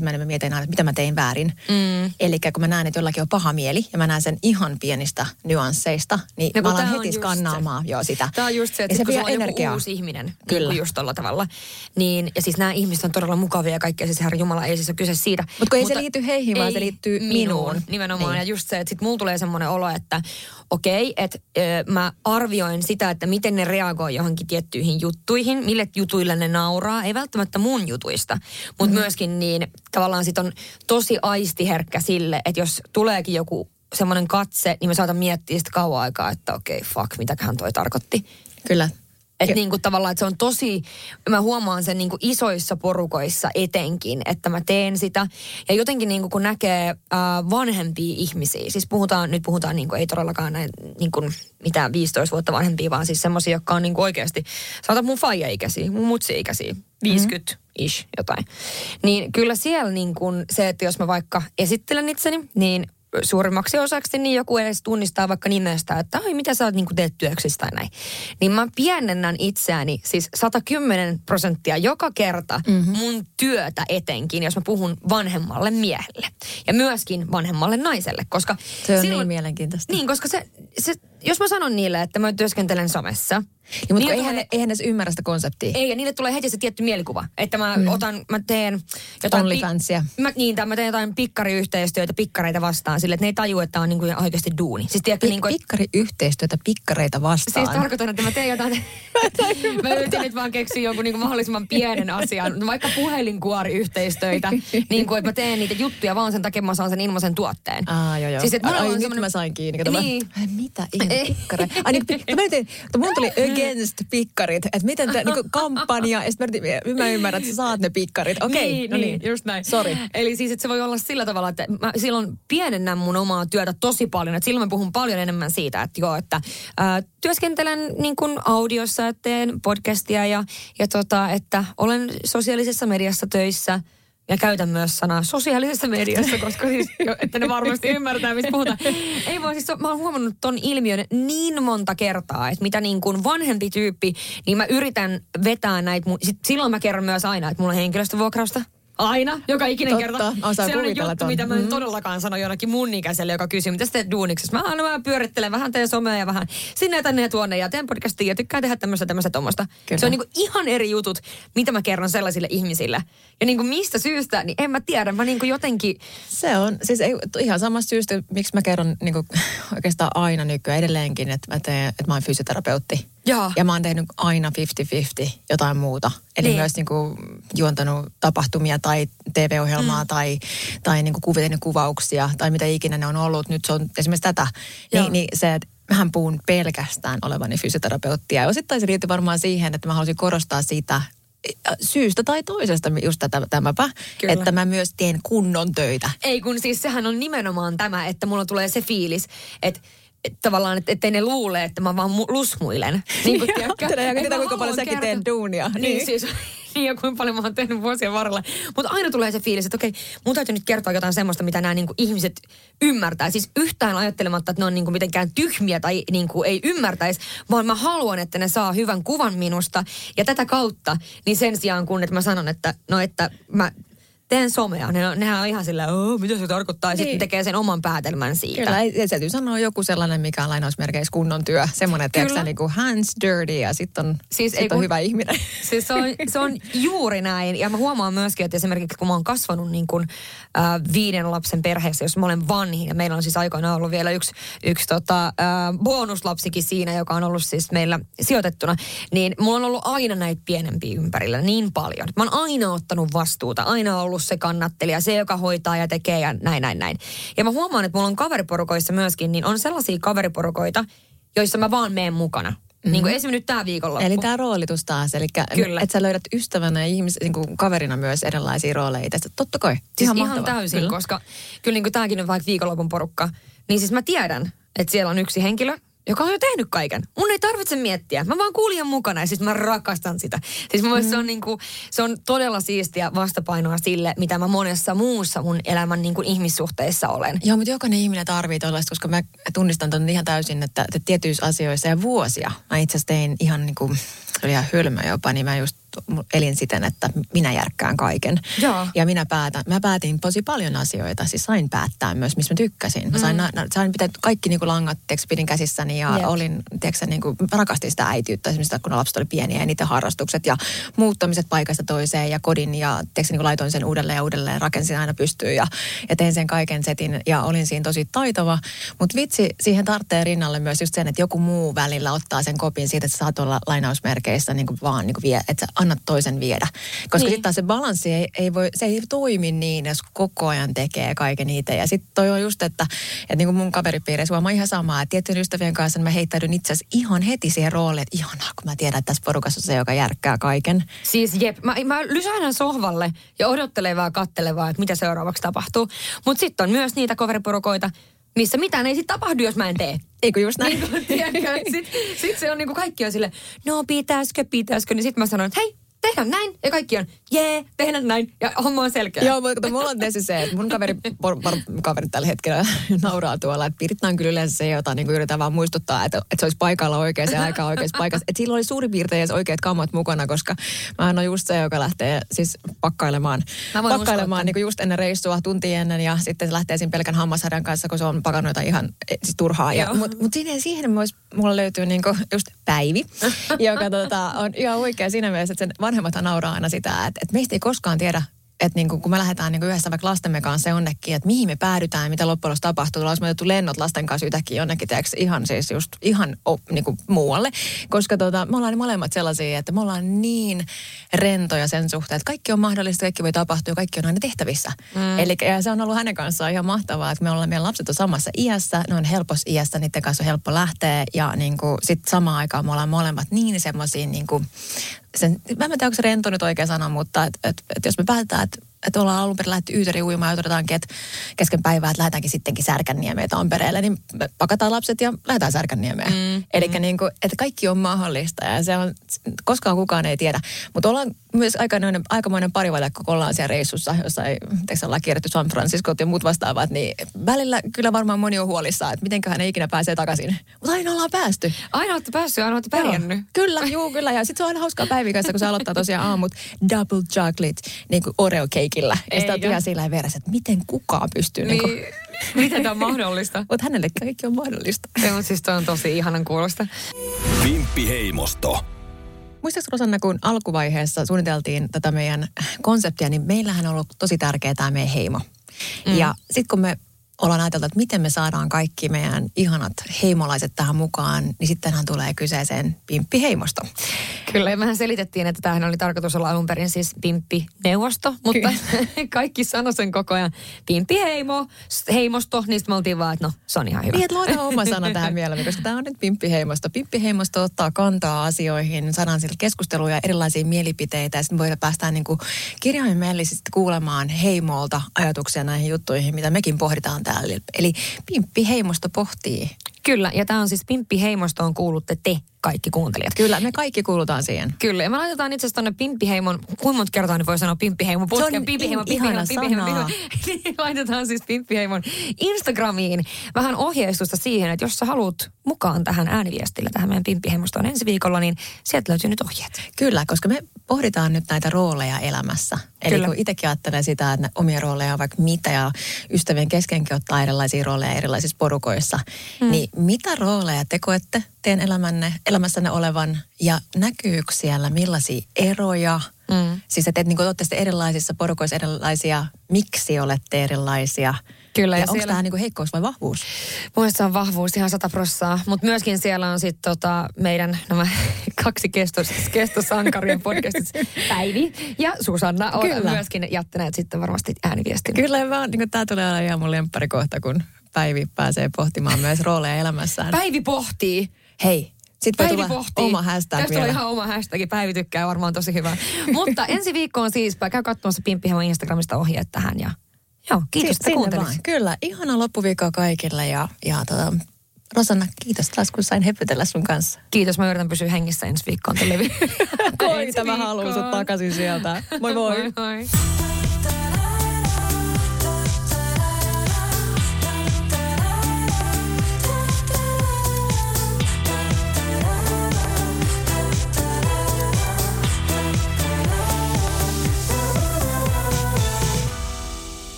Speaker 2: ensimmäinen mä mietin aina, että mitä mä tein väärin.
Speaker 1: Mm.
Speaker 2: Eli kun mä näen, että jollakin on paha mieli ja mä näen sen ihan pienistä nyansseista, niin
Speaker 1: no,
Speaker 2: mä alan heti skannaamaan jo sitä.
Speaker 1: Tämä on just se, että
Speaker 2: se
Speaker 1: kun
Speaker 2: vie
Speaker 1: sulla on
Speaker 2: energiaa.
Speaker 1: joku uusi ihminen,
Speaker 2: Kyllä.
Speaker 1: niin just tolla tavalla. Niin, ja siis nämä ihmiset on todella mukavia ja kaikkea, siis Herra Jumala, ei siis ole kyse siitä.
Speaker 2: Mut kun ei
Speaker 1: Mutta
Speaker 2: se liity heihin, vaan se liittyy minuun.
Speaker 1: Nimenomaan,
Speaker 2: niin.
Speaker 1: ja just se, että sit mulla tulee semmoinen olo, että okei, että ö, mä arvioin sitä, että miten ne reagoi johonkin tiettyihin juttuihin, mille jutuille ne nauraa, ei välttämättä mun jutuista, mutta mm. myöskin niin tavallaan sit on tosi aistiherkkä sille, että jos tuleekin joku semmoinen katse, niin mä saatan miettiä sitä kauan aikaa, että okei, okay, fuck, mitäköhän toi tarkoitti.
Speaker 2: Kyllä.
Speaker 1: Että niinku tavallaan, että se on tosi, mä huomaan sen niinku isoissa porukoissa etenkin, että mä teen sitä. Ja jotenkin niinku kun näkee äh, vanhempia ihmisiä, siis puhutaan, nyt puhutaan niinku, ei todellakaan näin niinku mitään viisitoista vuotta vanhempia, vaan siis semmoisia, jotka on niinku oikeasti, sanotaan mun faija-ikäisiä, mun mutsi-ikäisiä, viisikymmentä-ish jotain. Niin kyllä siellä niinku se, että jos mä vaikka esittelen itseni, niin suurimmaksi osaksi niin joku edes tunnistaa vaikka nimestä, että ai mitä sä oot niin kuin teet työksistä tai näin. Niin mä pienennän itseäni siis sata kymmenen prosenttia joka kerta mm-hmm. mun työtä etenkin, jos mä puhun vanhemmalle miehelle. Ja myöskin vanhemmalle naiselle, koska
Speaker 2: se on
Speaker 1: silloin,
Speaker 2: niin mielenkiintoista.
Speaker 1: Niin, koska se, se, jos mä sanon niille, että mä työskentelen somessa.
Speaker 2: Ja, mutta
Speaker 1: niin
Speaker 2: eihän,
Speaker 1: tulee,
Speaker 2: ne, eihän ne ymmärrä sitä konseptia.
Speaker 1: Ei, ja niille tulee heti se tietty mielikuva. Että mä mm. otan, mä teen jotain...
Speaker 2: OnlyFansia.
Speaker 1: Mä, niin, tai mä teen jotain pikkariyhteistyötä pikkareita vastaan sille, että ne ei taju, että on niinku oikeasti duuni. Siis tiedätkö,
Speaker 2: Pi-
Speaker 1: niinku, et,
Speaker 2: pikkariyhteistyötä pikkareita vastaan.
Speaker 1: siis tarkoitan, että mä teen jotain... mä yritin nyt vaan keksiä jonkun niinku mahdollisimman pienen asian. Vaikka puhelinkuoriyhteistyötä. niin kuin, että mä teen niitä juttuja vaan sen takia, että mä saan sen ilmaisen tuotteen.
Speaker 2: Aa, joo, joo.
Speaker 1: Siis, että
Speaker 2: ai, ai, nyt
Speaker 1: semmoinen...
Speaker 2: mä sain kiinni. Kato,
Speaker 1: niin.
Speaker 2: mä, mitä ihme pikkareita? Ai niin, pi- mä yritin, mun tuli against pikkarit. Että miten tämä niinku kampanja, ja sitten mä, mä ymmärrän, että sä saat ne pikkarit. Okei, okay,
Speaker 1: niin,
Speaker 2: no niin,
Speaker 1: just näin.
Speaker 2: Sori.
Speaker 1: Eli siis, että se voi olla sillä tavalla, että mä silloin pienennän mun omaa työtä tosi paljon. Että silloin mä puhun paljon enemmän siitä, että joo, että ää, työskentelen niin kuin audiossa, että teen podcastia ja, ja tota, että olen sosiaalisessa mediassa töissä. Ja käytän myös sanaa sosiaalisessa mediassa, koska siis, että ne varmasti ymmärtää, mistä puhutaan. Ei vaan siis, mä oon huomannut ton ilmiön niin monta kertaa, että mitä niin kuin vanhempi tyyppi, niin mä yritän vetää näitä. Sit silloin mä kerron myös aina, että mulla on henkilöstövuokrausta. Aina, joka ikinen
Speaker 2: Totta,
Speaker 1: kerta.
Speaker 2: osaa
Speaker 1: se on juttu,
Speaker 2: ton.
Speaker 1: mitä mä en
Speaker 2: mm.
Speaker 1: todellakaan sano jonakin mun ikäiselle, joka kysyy, mitä sä teet duuniksessa. Mä aina vähän pyörittelen, vähän teen somea ja vähän sinne ja tänne ja tuonne ja teen podcastia ja tykkään tehdä tämmöistä tämmöistä tommoista. Se on niinku ihan eri jutut, mitä mä kerron sellaisille ihmisille. Ja niinku mistä syystä, niin en mä tiedä. Mä niinku jotenkin...
Speaker 2: Se on, siis ei, ihan samasta syystä, miksi mä kerron niinku, oikeastaan aina nykyään edelleenkin, että mä, teen, että mä oon fysioterapeutti.
Speaker 1: Jaa.
Speaker 2: Ja mä oon tehnyt aina viisikymmentä viisikymmentä jotain muuta. Eli niin. myös niinku juontanut tapahtumia tai T V-ohjelmaa mm. tai, tai niinku kuvitellut kuvauksia tai mitä ikinä ne on ollut. Nyt se on esimerkiksi tätä. Niin, niin se, että mähän puhun pelkästään olevani fysioterapeuttia. Ja osittain se liittyy varmaan siihen, että mä haluaisin korostaa sitä syystä tai toisesta just tätä, tämäpä, Kyllä. että mä myös teen kunnon töitä.
Speaker 1: Ei kun siis sehän on nimenomaan tämä, että mulla tulee se fiilis, että et tavallaan, että ettei ne luule, että mä vaan lusmuilen. Niin kuin tiedätkö?
Speaker 2: Ja tiedä, kuinka paljon säkin teen duunia.
Speaker 1: Niin, niin siis, niin ja kuinka paljon mä oon tehnyt vuosien varrella. Mutta aina tulee se fiilis, että okei, mun täytyy nyt kertoa jotain semmoista, mitä nämä niinku ihmiset ymmärtää. Siis yhtään ajattelematta, että ne on niinku mitenkään tyhmiä tai niinku ei ymmärtäisi, vaan mä haluan, että ne saa hyvän kuvan minusta. Ja tätä kautta, niin sen sijaan kun, että mä sanon, että no että mä... teen somea. Ne, nehän on ihan sillä, mitä se tarkoittaa, ja niin. sitten tekee sen oman päätelmän siitä.
Speaker 2: Kyllä, ja täytyy sanoa joku sellainen, mikä on lainausmerkeissä kunnon työ. Semmoinen, että tiedätkö niin kuin hands dirty, ja sitten on, siis sit on kun, hyvä ihminen.
Speaker 1: Siis se on, se on juuri näin. Ja mä huomaan myöskin, että esimerkiksi kun mä oon kasvanut niin kuin, äh, viiden lapsen perheessä, jos mä olen vanhin, ja meillä on siis aikoinaan ollut vielä yksi, yksi tota, äh, bonuslapsikin siinä, joka on ollut siis meillä sijoitettuna, niin mulla on ollut aina näitä pienempiä ympärillä niin paljon. Mä oon aina ottanut vastuuta, aina ollut se kannattelija, se joka hoitaa ja tekee ja näin, näin, näin. Ja mä huomaan, että mulla on kaveriporukoissa myöskin, niin on sellaisia kaveriporukoita, joissa mä vaan meen mukana. Mm-hmm. Niin kuin esimerkiksi nyt tää viikonloppu.
Speaker 2: Eli tää roolitus taas, eli että sä löydät ystävänä ja ihmis, niin kuin kaverina myös erilaisia rooleja tästä. Totta kai.
Speaker 1: Siis ihan, ihan täysin, kyllä. Koska kyllä niin kuin tääkin on vaikka viikonlopun porukka, niin siis mä tiedän, että siellä on yksi henkilö, joka on jo tehnyt kaiken. Mun ei tarvitse miettiä. Mä vaan kuulijan mukana ja siis mä rakastan sitä. Siis mun mm. se on niinku, se on todella siistiä vastapainoa sille, mitä mä monessa muussa mun elämän niinku ihmissuhteissa olen.
Speaker 2: Joo, mutta jokainen ihminen tarvii tollaista, koska mä tunnistan ton ihan täysin, että, että tietyissä asioissa ja vuosia. Mä itse asiassa tein ihan niinku, se oli ihan hölmö jopa, niin mä just elin siten, että minä järkkään kaiken.
Speaker 1: Joo.
Speaker 2: Ja minä päätän, mä päätin tosi paljon asioita, siis sain päättää myös, missä mä tykkäsin. Mä sain, mm. na, sain pitää kaikki niin kuin langat, tiiäks, pidin käsissäni ja yep. olin, tiiäks, niin kuin, rakastin sitä äitiyttä, esimerkiksi kun lapset oli pieniä ja niiden harrastukset ja muuttamiset paikasta toiseen ja kodin ja tiiäks, niin kuin laitoin sen uudelleen ja uudelleen, rakensin aina pystyyn ja, ja tein sen kaiken setin ja olin siinä tosi taitava. Mutta vitsi, siihen tarvitsee rinnalle myös just sen, että joku muu välillä ottaa sen kopin siitä, että sä saat olla lainausmerkeissä niin kuin vaan niin kuin vie, että sä annat toisen viedä. Koska niin. sitten taas se balanssi ei, ei voi, se ei toimi niin, jos koko ajan tekee kaiken itse. Ja sitten toi on just, että, että niin kuin mun kaveripiirissä huomaa ihan samaa, että tiettyjen ystävien kanssa mä heittäydyn itse asiassa ihan heti siihen rooliin, että ihanaa, kun mä tiedän, että tässä porukassa on se, joka järkkää kaiken.
Speaker 1: Siis jep, mä, mä lysään sohvalle ja odottelen vaan, kattelen vaan, että mitä seuraavaksi tapahtuu. Mutta sitten on myös niitä kaveriporukoita, missä mitään ei sitten tapahdu, jos mä en tee.
Speaker 2: Eikö just näin?
Speaker 1: Sitten sit se on niinku kaikki on silleen, no pitäisikö, pitäisikö. Niin sitten mä sanon, että hei, tehdään näin. Ja kaikki on, jee, tehdään näin. Ja homma on selkeä.
Speaker 2: Joo, mutta mulla on tietysti se, että mun kaveri, por, por, kaveri tällä hetkellä nauraa tuolla. Että Piritta on kyllä yleensä se, jota niin yritetään vaan muistuttaa, että, että se olisi paikalla oikeaan aikaan oikeassa paikassa. Että sillä oli suurin piirtein oikeat kammat mukana, koska mä on just se, joka lähtee siis pakkailemaan. Pakkailemaan niin kuin just ennen reissua, tunti ennen. Ja sitten se lähtee siinä pelkän hammasharjan kanssa, kun se on pakannut ihan siis turhaa. Mutta mut siihen, siihen vois, mulla löytyy niin kuin just Päivi, joka tota, on ihan oikea siinä mielessä, että sen vanhemmathan nauraa aina sitä, että, että meistä ei koskaan tiedä, että niin kuin, kun me lähdetään niin kuin yhdessä vaikka lastemme kanssa jonnekin, että mihin me päädytään, mitä loppujen lopuksi tapahtuu. Ollaan me otettu lennot lasten kanssa yhtäkkiä jonnekin, teoks, ihan siis just ihan oh, niin kuin muualle. Koska tota, me ollaan molemmat sellaisia, että me ollaan niin rentoja sen suhteen, että kaikki on mahdollista, kaikki voi tapahtua, kaikki on aina tehtävissä. Mm. Eli ja se on ollut hänen kanssaan ihan mahtavaa, että me ollaan, meidän lapset on samassa iässä, ne on helpossa iässä, niiden kanssa on helppo lähteä. Ja niin kuin, sit samaan aikaan me ollaan molemmat niin semmoisia niin kuin, sen, mä en tiedä, onko se rento nyt oikea sana, mutta et, et, et jos me päätetään, että et ollaan alun perin lähdetty Yyteriin uimaan ja todetaankin, että kesken päivää, että lähdetäänkin sittenkin Särkänniemeen Tampereelle, niin me pakataan lapset ja lähdetään Särkänniemeen. Mm, Eli mm. niin kuin, että kaikki on mahdollista ja se on, koskaan kukaan ei tiedä. Mutta ollaan myös aikamoinen, aikamoinen parivaljakko, kun ollaan siellä reissussa, jossa ei, teikö ollaan kierretty San Franciscot ja muut vastaavat, niin välillä kyllä varmaan moni on huolissaan, että mitenköhän ne ikinä pääsee takaisin. Mutta aina ollaan päästy.
Speaker 1: Aina olette päässyt, aina olette pärjännyt.
Speaker 2: Kyllä, juu, kyllä. Ja sitten se on aina hauskaa päivikässä, kun se aloittaa tosiaan aamut double chocolate, niin kuin Oreo-keikillä. Ja sitä on ihan sillä veressä, että miten kukaan pystyy.
Speaker 1: Niin,
Speaker 2: niin kuin...
Speaker 1: miten tämä on mahdollista?
Speaker 2: Mutta hänelle kaikki on mahdollista.
Speaker 1: Se on siis toi on tosi ihanan kuulosta.
Speaker 3: Vimppiheimosto.
Speaker 2: Muistatko Rosanna, kun alkuvaiheessa suunniteltiin tätä meidän konseptia, niin meillähän on ollut tosi tärkeää tämä meidän heimo. Mm. Ja sitten kun me ollaan ajateltu, että miten me saadaan kaikki meidän ihanat heimolaiset tähän mukaan, niin sittenhän tulee kyseeseen Pimppiheimosto.
Speaker 1: Kyllä, ja mehän selitettiin, että tämähän oli tarkoitus olla alun perin siis Pimppineuvosto, mutta kaikki sanoi sen koko ajan Pimppiheimo, heimosto, niin sitten me oltiin vaan, että no, se on ihan hyvä.
Speaker 2: Niin, että luodaan oma sana tähän mieleen, koska tämä on nyt Pimppiheimosto. Pimppiheimosto ottaa kantaa asioihin, saadaan sillä keskusteluja, erilaisia mielipiteitä, ja sitten voidaan päästään niin kuin kirjaimellisesti kuulemaan heimolta ajatuksia näihin juttuihin, mitä mekin pohditaan täällä. Eli Pimppiheimosto pohtii.
Speaker 1: Kyllä, ja tämä on siis Pimppiheimostoon kuulutte te kaikki kuuntelijat.
Speaker 2: Kyllä, me kaikki kuulutaan siihen.
Speaker 1: Kyllä, ja me laitetaan itse asiassa tuonne Pimppiheimon, kuinka monta kertaa nyt voi sanoa Pimppiheimon putken,
Speaker 2: se on
Speaker 1: Pimppiheimon,
Speaker 2: ihana
Speaker 1: Pimppiheimon,
Speaker 2: sanaa.
Speaker 1: Pimppiheimon. Laitetaan siis Pimppiheimon Instagramiin vähän ohjeistusta siihen, että jos sä haluat mukaan tähän ääniviestillä, tähän meidän Pimppiheimostoon ensi viikolla, niin sieltä löytyy nyt ohjeet.
Speaker 2: Kyllä, koska me pohditaan nyt näitä rooleja elämässä. Eli Kyllä. kun itsekin ajattelee sitä, että omia rooleja on vaikka mitä ja ystävien keskenkin ottaa erilaisia rooleja erilaisissa porukoissa, mm. niin mitä rooleja te koette teidän elämänne, elämässänne olevan ja näkyykö siellä millaisia eroja? Mm. Siis että et, niin olette sitten erilaisissa porukoissa erilaisia, miksi olette erilaisia?
Speaker 1: Kyllä.
Speaker 2: Ja,
Speaker 1: ja
Speaker 2: onko
Speaker 1: siellä...
Speaker 2: tämä niinku heikkous vai vahvuus?
Speaker 1: Mun mielestä se on vahvuus ihan sata prossaa, mutta myöskin siellä on sitten tota meidän nämä kaksi kestos, kestosankarien podcastit, Päivi ja Susanna, on Kyllä. myöskin jättäneet sitten varmasti ääniviestin.
Speaker 2: Kyllä, vaan niin tämä tulee olla ihan mun lempparikohta, kun Päivi pääsee pohtimaan myös rooleja elämässään.
Speaker 1: Päivi pohtii.
Speaker 2: Hei. Sitten
Speaker 1: Päivi pohtii.
Speaker 2: Oma hashtag
Speaker 1: Tästä
Speaker 2: vielä.
Speaker 1: on ihan oma hashtag. Päivi tykkää varmaan tosi hyvä. Mutta ensi viikko on siis, käy katsomassa Pimppiheimon Instagramista ohjeet tähän ja joo, kiitos, että kuuntelit.
Speaker 2: Kyllä, ihana loppuviikkoa kaikille ja, ja tota, Rosanna, kiitos taas, kun sain hepytellä sun kanssa.
Speaker 1: Kiitos, mä yritän pysyä hengissä ensi viikkoon.
Speaker 2: Koita, mä haluan sut takaisin sieltä. Moi moi. moi, moi.